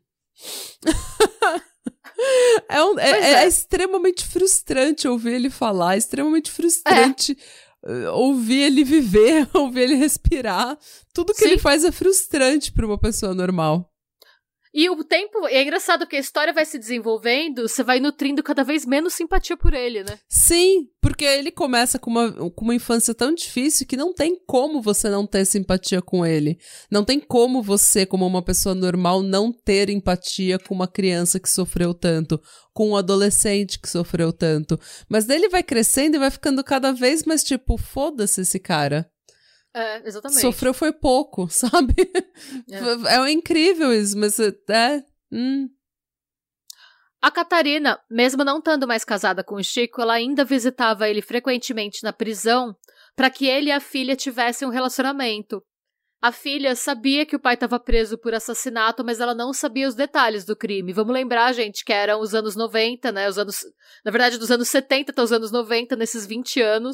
É extremamente frustrante ouvir ele falar, é extremamente frustrante ouvir ele viver, ouvir ele respirar. Tudo que ele faz é frustrante para uma pessoa normal. E o tempo... É engraçado porque a história vai se desenvolvendo, você vai nutrindo cada vez menos simpatia por ele, né? Sim, porque ele começa com uma infância tão difícil que não tem como você não ter simpatia com ele. Não tem como você, como uma pessoa normal, não ter empatia com uma criança que sofreu tanto, com um adolescente que sofreu tanto. Mas daí ele vai crescendo e vai ficando cada vez mais tipo, foda-se esse cara. Exatamente. Sofreu foi pouco, sabe? É incrível isso, mas A Catarina, mesmo não estando mais casada com o Chico, ela ainda visitava ele frequentemente na prisão para que ele e a filha tivessem um relacionamento. A filha sabia que o pai estava preso por assassinato, mas ela não sabia os detalhes do crime. Vamos lembrar, gente, que eram os anos 90, né? Na verdade, dos anos 70 até os anos 90, nesses 20 anos.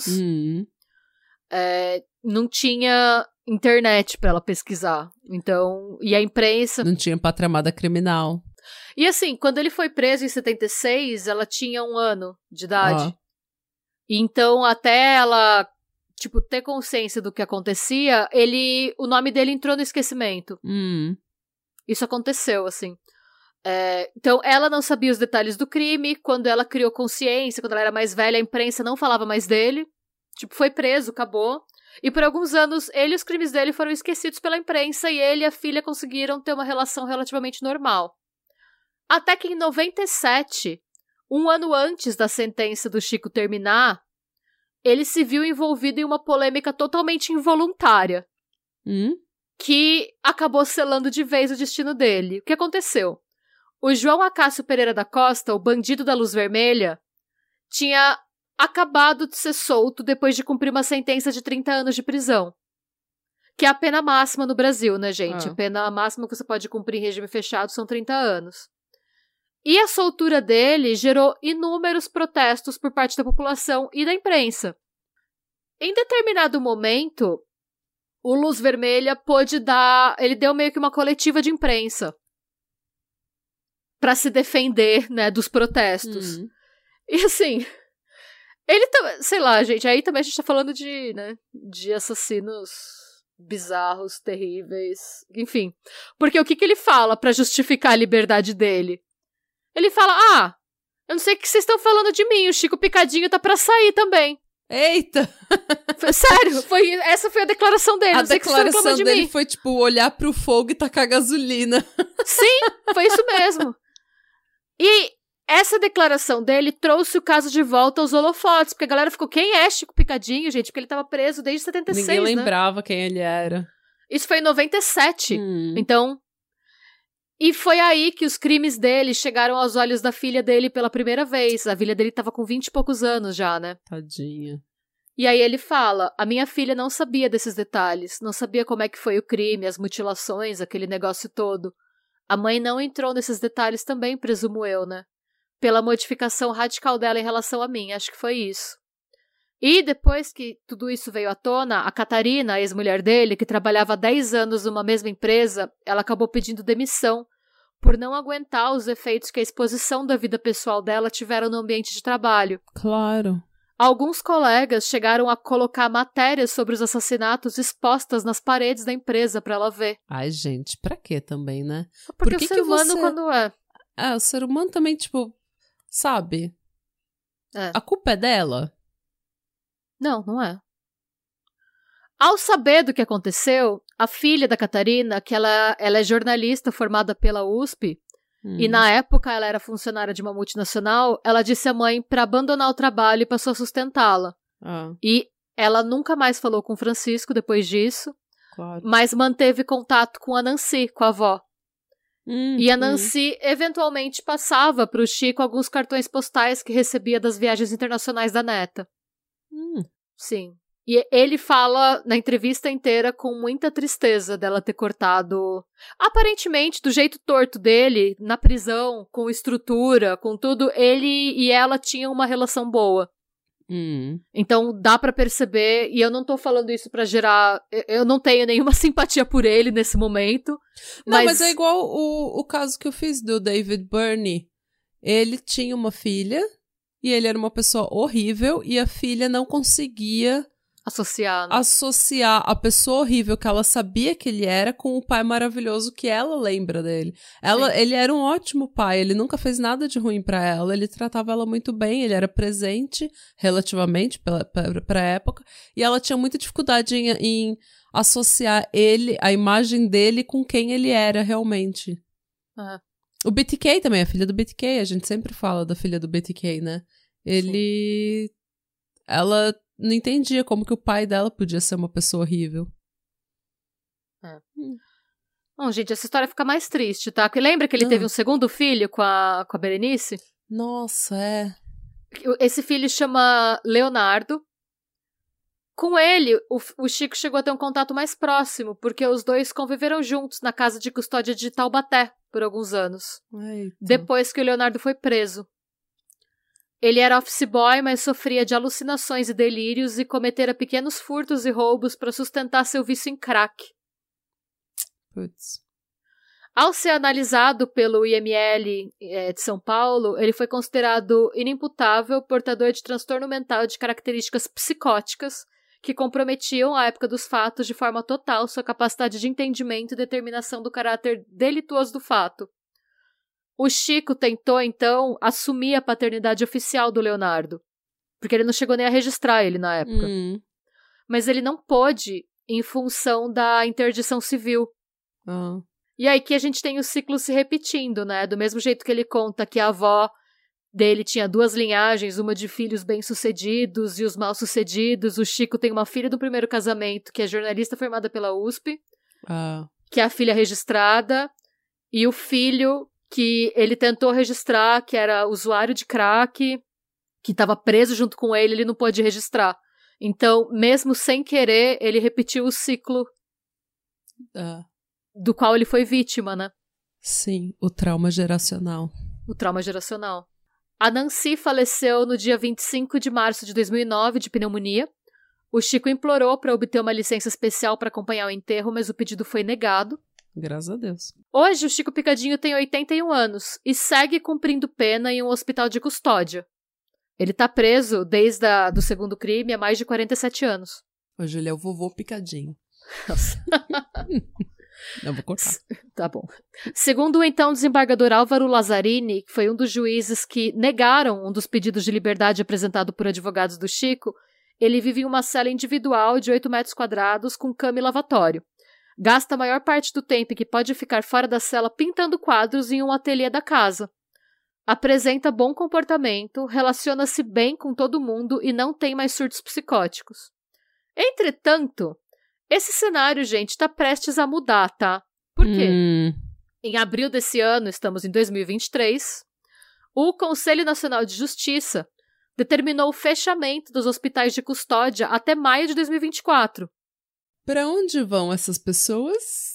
Não tinha internet pra ela pesquisar. Então, e a imprensa... Não tinha patramada criminal. E assim, quando ele foi preso em 76, ela tinha 1 ano de idade. Então, até ela, tipo, ter consciência do que acontecia, o nome dele entrou no esquecimento. Isso aconteceu, assim. Então, ela não sabia os detalhes do crime. Quando ela criou consciência, quando ela era mais velha, a imprensa não falava mais dele. Tipo, foi preso, acabou. E por alguns anos, ele e os crimes dele foram esquecidos pela imprensa e ele e a filha conseguiram ter uma relação relativamente normal. Até que em 97, 1 ano antes da sentença do Chico terminar, ele se viu envolvido em uma polêmica totalmente involuntária, que acabou selando de vez o destino dele. O que aconteceu? O João Acácio Pereira da Costa, o bandido da luz vermelha, tinha acabado de ser solto depois de cumprir uma sentença de 30 anos de prisão. Que é a pena máxima no Brasil, né, gente? A pena máxima que você pode cumprir em regime fechado são 30 anos. E a soltura dele gerou inúmeros protestos por parte da população e da imprensa. Em determinado momento, o Luz Vermelha ele deu meio que uma coletiva de imprensa para se defender, né, dos protestos. E assim, ele também, sei lá, gente, aí também a gente tá falando de assassinos bizarros, terríveis, enfim. Porque o que ele fala para justificar a liberdade dele? Ele fala, eu não sei o que vocês estão falando de mim, o Chico Picadinho tá pra sair também. Eita! Sério, essa foi a declaração dele. A declaração dele foi, tipo, olhar pro fogo e tacar gasolina. Sim, foi isso mesmo. E essa declaração dele trouxe o caso de volta aos holofotes, porque a galera ficou, quem é Chico Picadinho, gente? Porque ele tava preso desde 76, Ninguém lembrava quem ele era. Isso foi em 97. Então... E foi aí que os crimes dele chegaram aos olhos da filha dele pela primeira vez. A filha dele tava com 20 e poucos anos já, né? Tadinha. E aí ele fala, a minha filha não sabia desses detalhes, não sabia como é que foi o crime, as mutilações, aquele negócio todo. A mãe não entrou nesses detalhes também, presumo eu, né? Pela modificação radical dela em relação a mim, acho que foi isso. E depois que tudo isso veio à tona, a Catarina, a ex-mulher dele, que trabalhava há 10 anos numa mesma empresa, ela acabou pedindo demissão por não aguentar os efeitos que a exposição da vida pessoal dela tiveram no ambiente de trabalho. Claro. Alguns colegas chegaram a colocar matérias sobre os assassinatos expostas nas paredes da empresa pra ela ver. Ai, gente, pra quê também, né? Porque o ser humano, quando é... o ser humano também, tipo, sabe? A culpa é dela? Não, não é. Ao saber do que aconteceu, a filha da Catarina, que ela é jornalista formada pela USP, e na época ela era funcionária de uma multinacional, ela disse à mãe para abandonar o trabalho e passou a sustentá-la. E ela nunca mais falou com o Francisco depois disso, claro. Mas manteve contato com a Nancy, com a avó. E a Nancy eventualmente passava para o Chico alguns cartões postais que recebia das viagens internacionais da neta. Sim. E ele fala na entrevista inteira com muita tristeza dela ter cortado, aparentemente, do jeito torto dele, na prisão, com estrutura, com tudo, ele e ela tinham uma relação boa. Então dá pra perceber, e eu não tô falando isso pra gerar, eu não tenho nenhuma simpatia por ele nesse momento. Não, mas é igual o caso que eu fiz do David Burney. Ele tinha uma filha, e ele era uma pessoa horrível, e a filha não conseguia associar a pessoa horrível que ela sabia que ele era com o pai maravilhoso que ela lembra dele. Ele era um ótimo pai, ele nunca fez nada de ruim pra ela, ele tratava ela muito bem, ele era presente relativamente pra época, e ela tinha muita dificuldade em associar a imagem dele com quem ele era realmente. O BTK também, a filha do BTK, a gente sempre fala da filha do BTK, né? Ela não entendia como que o pai dela podia ser uma pessoa horrível. Bom, gente, essa história fica mais triste, tá? Porque lembra que ele teve um segundo filho com a Berenice? Nossa, é. Esse filho chama Leonardo. Com ele, o Chico chegou a ter um contato mais próximo, porque os dois conviveram juntos na casa de custódia de Taubaté por alguns anos. Eita. Depois que o Leonardo foi preso. Ele era office boy, mas sofria de alucinações e delírios e cometera pequenos furtos e roubos para sustentar seu vício em crack. Putz. Ao ser analisado pelo IML de São Paulo, ele foi considerado inimputável, portador de transtorno mental de características psicóticas que comprometiam, à época dos fatos, de forma total sua capacidade de entendimento e determinação do caráter delituoso do fato. O Chico tentou, então, assumir a paternidade oficial do Leonardo, porque ele não chegou nem a registrar ele na época. Mas ele não pôde, em função da interdição civil. E aí que a gente tem o ciclo se repetindo, né? Do mesmo jeito que ele conta que a avó dele tinha 2 linhagens, uma de filhos bem-sucedidos e os mal-sucedidos. O Chico tem uma filha do primeiro casamento, que é jornalista formada pela USP, que é a filha registrada, e o filho que ele tentou registrar, que era usuário de crack, que estava preso junto com ele não pôde registrar. Então, mesmo sem querer, ele repetiu o ciclo do qual ele foi vítima, né? Sim, o trauma geracional. O trauma geracional. A Nancy faleceu no dia 25 de março de 2009 de pneumonia. O Chico implorou para obter uma licença especial para acompanhar o enterro, mas o pedido foi negado. Graças a Deus. Hoje, o Chico Picadinho tem 81 anos e segue cumprindo pena em um hospital de custódia. Ele tá preso desde do segundo crime há mais de 47 anos. Hoje ele é o vovô Picadinho. Nossa. Não vou cortar. Tá bom. Segundo o então desembargador Álvaro Lazzarini, que foi um dos juízes que negaram um dos pedidos de liberdade apresentado por advogados do Chico, ele vive em uma cela individual de 8 metros quadrados com cama e lavatório. Gasta a maior parte do tempo que pode ficar fora da cela pintando quadros em um ateliê da casa. Apresenta bom comportamento, relaciona-se bem com todo mundo e não tem mais surtos psicóticos. Entretanto, esse cenário, gente, está prestes a mudar, tá? Por quê? Em abril desse ano, estamos em 2023, o Conselho Nacional de Justiça determinou o fechamento dos hospitais de custódia até maio de 2024. Pra onde vão essas pessoas?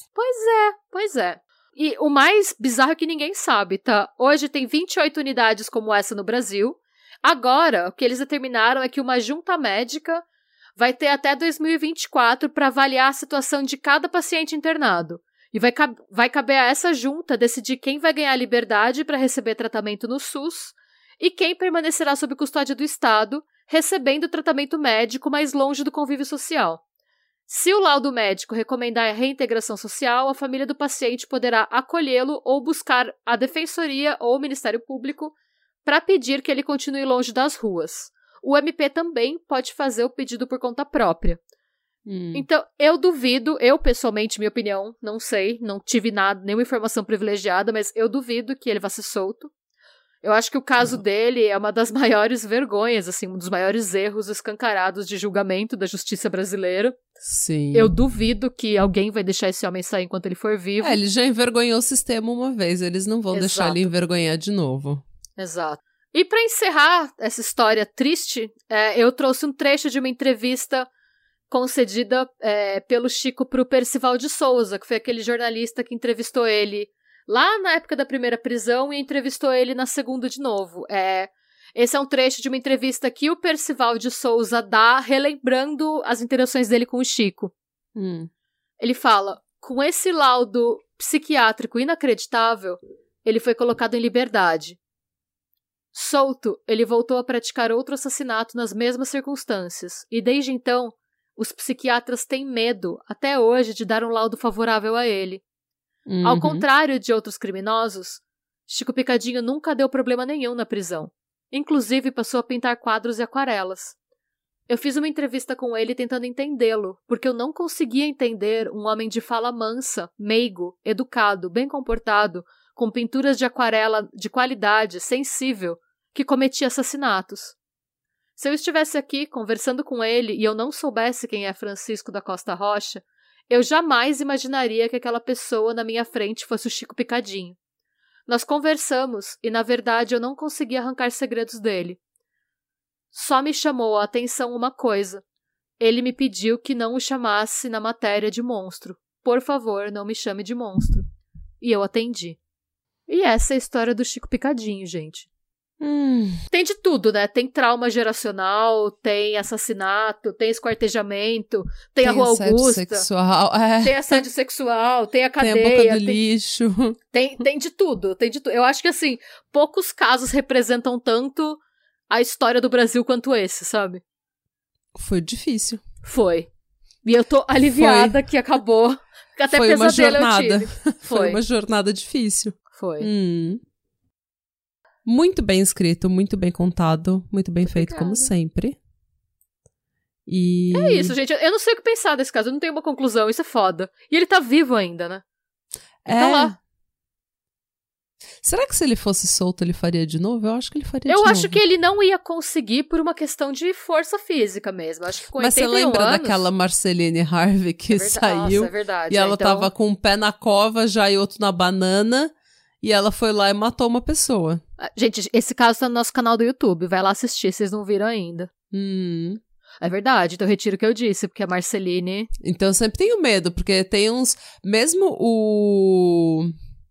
Pois é. E o mais bizarro é que ninguém sabe, tá? Hoje tem 28 unidades como essa no Brasil. Agora, o que eles determinaram é que uma junta médica vai ter até 2024 para avaliar a situação de cada paciente internado. E vai caber a essa junta decidir quem vai ganhar liberdade para receber tratamento no SUS e quem permanecerá sob custódia do Estado, recebendo tratamento médico mais longe do convívio social. Se o laudo médico recomendar a reintegração social, a família do paciente poderá acolhê-lo ou buscar a Defensoria ou o Ministério Público para pedir que ele continue longe das ruas. O MP também pode fazer o pedido por conta própria. Então, eu duvido, eu pessoalmente, minha opinião, não sei, não tive nenhuma informação privilegiada, mas eu duvido que ele vá ser solto. Eu acho que o caso dele é uma das maiores vergonhas, assim, um dos maiores erros escancarados de julgamento da justiça brasileira. Sim. Eu duvido que alguém vai deixar esse homem sair enquanto ele for vivo. Ele já envergonhou o sistema uma vez, eles não vão deixar ele envergonhar de novo. Exato. E para encerrar essa história triste, eu trouxe um trecho de uma entrevista concedida pelo Chico pro Percival de Souza, que foi aquele jornalista que entrevistou ele lá na época da primeira prisão e entrevistou ele na segunda de novo. Esse é um trecho de uma entrevista que o Percival de Souza dá, relembrando as interações dele com o Chico. Ele fala: com esse laudo psiquiátrico inacreditável, ele foi colocado em liberdade. Solto, ele voltou a praticar outro assassinato nas mesmas circunstâncias, e desde então, os psiquiatras têm medo, até hoje, de dar um laudo favorável a ele. Ao contrário de outros criminosos, Chico Picadinho nunca deu problema nenhum na prisão. Inclusive, passou a pintar quadros e aquarelas. Eu fiz uma entrevista com ele tentando entendê-lo, porque eu não conseguia entender um homem de fala mansa, meigo, educado, bem comportado, com pinturas de aquarela de qualidade, sensível, que cometia assassinatos. Se eu estivesse aqui conversando com ele e eu não soubesse quem é Francisco da Costa Rocha, eu jamais imaginaria que aquela pessoa na minha frente fosse o Chico Picadinho. Nós conversamos e, na verdade, eu não consegui arrancar segredos dele. Só me chamou a atenção uma coisa. ele me pediu que não o chamasse na matéria de monstro. Por favor, não me chame de monstro. E eu atendi. E essa é a história do Chico Picadinho, gente. Tem de tudo, né? Tem trauma geracional, tem assassinato, tem esquartejamento, tem a Rua Augusta, sexual, tem assédio sexual, tem a cadeia. Tem a boca do lixo. Tem de tudo, tem de tudo. Eu acho que, assim, poucos casos representam tanto a história do Brasil quanto esse, sabe? Foi difícil. Foi. E eu tô aliviada que acabou. Até foi pesadelo uma jornada. eu tive. Foi uma jornada difícil. Foi. Muito bem escrito, muito bem contado, muito bem feito, como sempre. E... É isso, gente. Eu não sei o que pensar desse caso. Eu não tenho uma conclusão. Isso é foda. E ele tá vivo ainda, né? Ele tá lá. Será que se ele fosse solto, ele faria de novo? Eu acho que ele faria de novo. Eu acho que ele não ia conseguir por uma questão de força física mesmo. Acho que com 81 Mas você lembra daquela Marceline Harvey que saiu? Nossa, é verdade. E ela tava com um pé na cova já e outro na banana. E ela foi lá e matou uma pessoa. Gente, esse caso tá no nosso canal do YouTube. Vai lá assistir, vocês não viram ainda. É verdade, então eu retiro o que eu disse, porque a Marceline... Então eu sempre tenho medo, porque tem uns... Mesmo o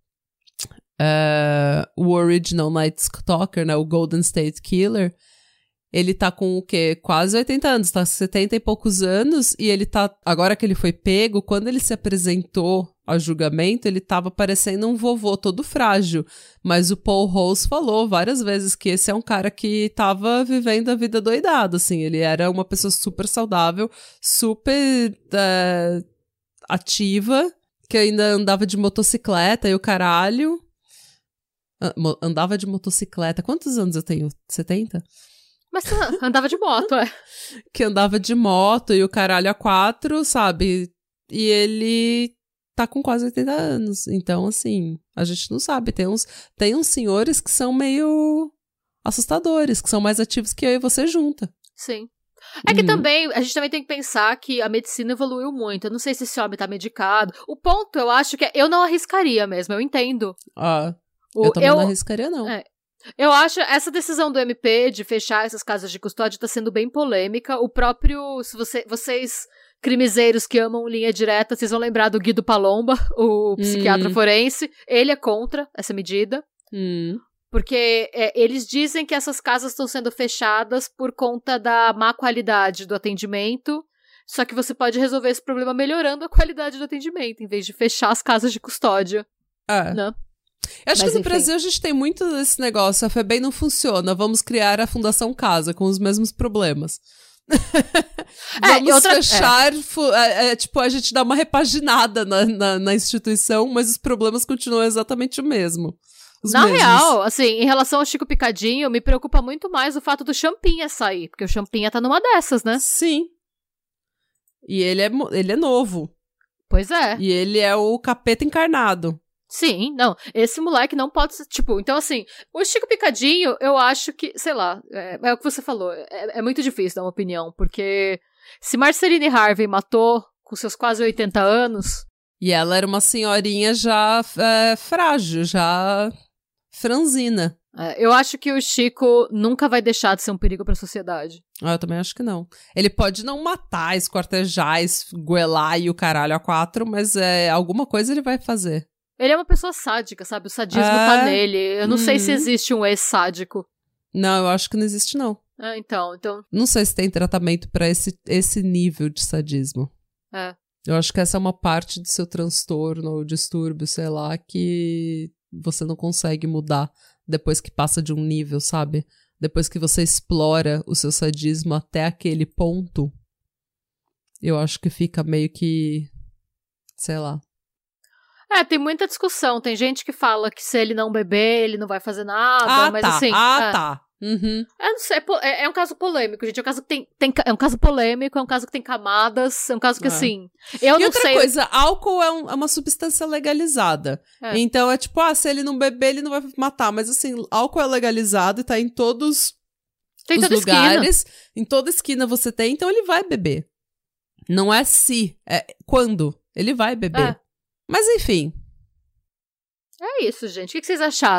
original Night Stalker, né? O Golden State Killer... Ele tá com o quê? Quase 80 anos, tá 70 e poucos anos, e ele tá... Agora que ele foi pego, quando ele se apresentou ao julgamento, ele tava parecendo um vovô todo frágil. Mas o Paul Rose falou várias vezes que esse é um cara que tava vivendo a vida doidada, assim. Ele era uma pessoa super saudável, super ativa, que ainda andava de motocicleta e o caralho. Andava de motocicleta. Quantos anos eu tenho? 70? Mas andava de moto, Que andava de moto e o caralho a 4, sabe? E ele tá com quase 80 anos. Então, assim, a gente não sabe. Tem uns senhores que são meio assustadores, que são mais ativos que eu e você junta. Sim. É que também, a gente também tem que pensar que a medicina evoluiu muito. Eu não sei se esse homem tá medicado. O ponto, eu acho que eu não arriscaria mesmo, eu entendo. Eu também não arriscaria, não. Eu acho essa decisão do MP de fechar essas casas de custódia tá sendo bem polêmica. O próprio, se vocês crimezeiros que amam linha direta, vocês vão lembrar do Guido Palomba, o psiquiatra forense. Ele é contra essa medida. Porque eles dizem que essas casas estão sendo fechadas por conta da má qualidade do atendimento. Só que você pode resolver esse problema melhorando a qualidade do atendimento, em vez de fechar as casas de custódia. Né? Eu acho que no Brasil a gente tem muito desse negócio. A FEBEM não funciona. Vamos criar a Fundação Casa com os mesmos problemas. Vamos fechar. Tipo, a gente dá uma repaginada na instituição, mas os problemas continuam exatamente o mesmo. Na real, assim, em relação ao Chico Picadinho, me preocupa muito mais o fato do Champinha sair. Porque o Champinha tá numa dessas, né? Sim. E ele é novo. Pois é. E ele é o capeta encarnado. Sim, não, esse moleque não pode ser, tipo, então assim, o Chico Picadinho, eu acho que, sei lá, é o que você falou, é muito difícil dar uma opinião, porque se Marceline Harvey matou com seus quase 80 anos... E ela era uma senhorinha já frágil, já franzina. Eu acho que o Chico nunca vai deixar de ser um perigo pra sociedade. Eu também acho que não. Ele pode não matar, esquartejar, esguelar e o caralho a 4, mas alguma coisa ele vai fazer. Ele é uma pessoa sádica, sabe? O sadismo tá nele. Eu não sei se existe um ex-sádico. Não, eu acho que não existe, não. Então... Não sei se tem tratamento pra esse nível de sadismo. Eu acho que essa é uma parte do seu transtorno ou distúrbio, sei lá, que você não consegue mudar depois que passa de um nível, sabe? Depois que você explora o seu sadismo até aquele ponto, eu acho que fica meio que... sei lá. Tem muita discussão. Tem gente que fala que se ele não beber, ele não vai fazer nada, mas assim... tá. Uhum. Eu não sei, é um caso polêmico, gente. É um caso que é um caso polêmico, é um caso que tem camadas, é um caso que, assim... Eu e não outra sei... coisa, álcool é uma substância legalizada. Então é tipo, se ele não beber, ele não vai matar. Mas assim, álcool é legalizado e tá em todos os lugares. Esquina. Em toda esquina você tem, então ele vai beber. Não é se, é quando. Ele vai beber. Mas enfim. É isso, gente. O que vocês acharam?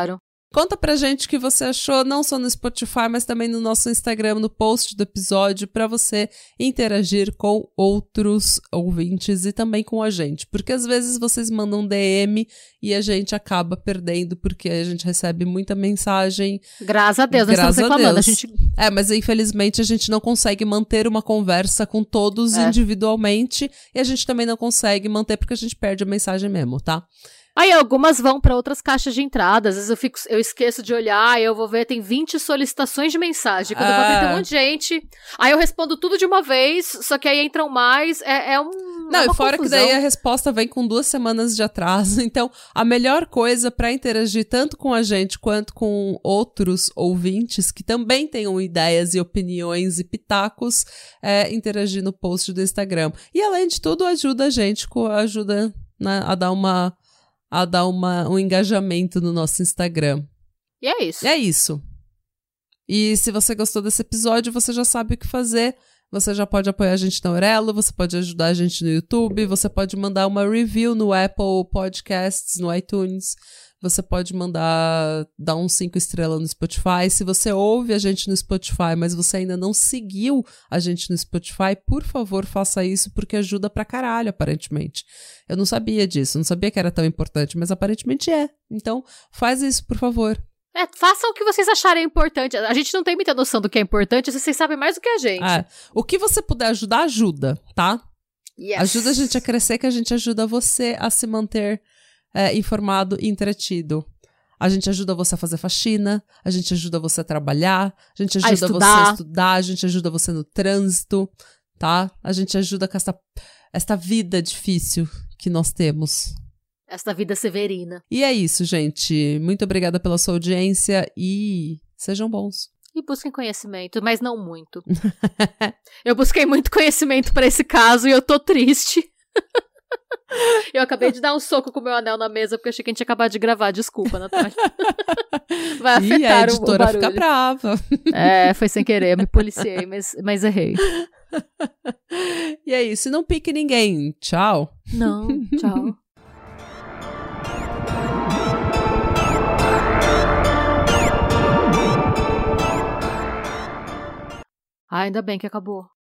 Conta pra gente o que você achou, não só no Spotify, mas também no nosso Instagram, no post do episódio, pra você interagir com outros ouvintes e também com a gente. Porque às vezes vocês mandam DM e a gente acaba perdendo, porque a gente recebe muita mensagem. Graças a Deus, nós estamos reclamando. A gente... mas infelizmente a gente não consegue manter uma conversa com todos individualmente e a gente também não consegue manter porque a gente perde a mensagem mesmo, tá? Aí algumas vão para outras caixas de entrada, às vezes eu esqueço de olhar, eu vou ver, tem 20 solicitações de mensagem, quando eu vou ver tem um monte de gente, aí eu respondo tudo de uma vez, só que aí entram mais, Não, e fora confusão. Que daí a resposta vem com 2 semanas de atraso, então a melhor coisa para interagir tanto com a gente quanto com outros ouvintes que também tenham ideias e opiniões e pitacos é interagir no post do Instagram. E além de tudo ajuda a gente, ajuda, né, a dar um engajamento no nosso Instagram. E é isso. É isso. E se você gostou desse episódio, você já sabe o que fazer. Você já pode apoiar a gente na Aurelo, você pode ajudar a gente no YouTube, você pode mandar uma review no Apple Podcasts, no iTunes. Você pode dar uns 5 estrelas no Spotify. Se você ouve a gente no Spotify, mas você ainda não seguiu a gente no Spotify, por favor, faça isso, porque ajuda pra caralho, aparentemente. Eu não sabia disso, não sabia que era tão importante, mas aparentemente é. Então, faz isso, por favor. Façam o que vocês acharem importante. A gente não tem muita noção do que é importante, vocês sabem mais do que a gente. O que você puder ajudar, ajuda, tá? Yes. Ajuda a gente a crescer, que a gente ajuda você a se manter informado e entretido. A gente ajuda você a fazer faxina, a gente ajuda você a trabalhar, a gente ajuda você a estudar, a gente ajuda você no trânsito, tá? A gente ajuda com esta vida difícil que nós temos. Esta vida severina. E é isso, gente. Muito obrigada pela sua audiência e sejam bons. E busquem conhecimento, mas não muito. Eu busquei muito conhecimento pra esse caso e eu tô triste. Eu acabei de dar um soco com o meu anel na mesa porque achei que a gente ia acabar de gravar. Desculpa, Natália. Vai afetar a editora fica brava. Foi sem querer, eu me policiei, mas errei. E é isso, não pique ninguém. Tchau. Não, tchau. Ainda bem que acabou.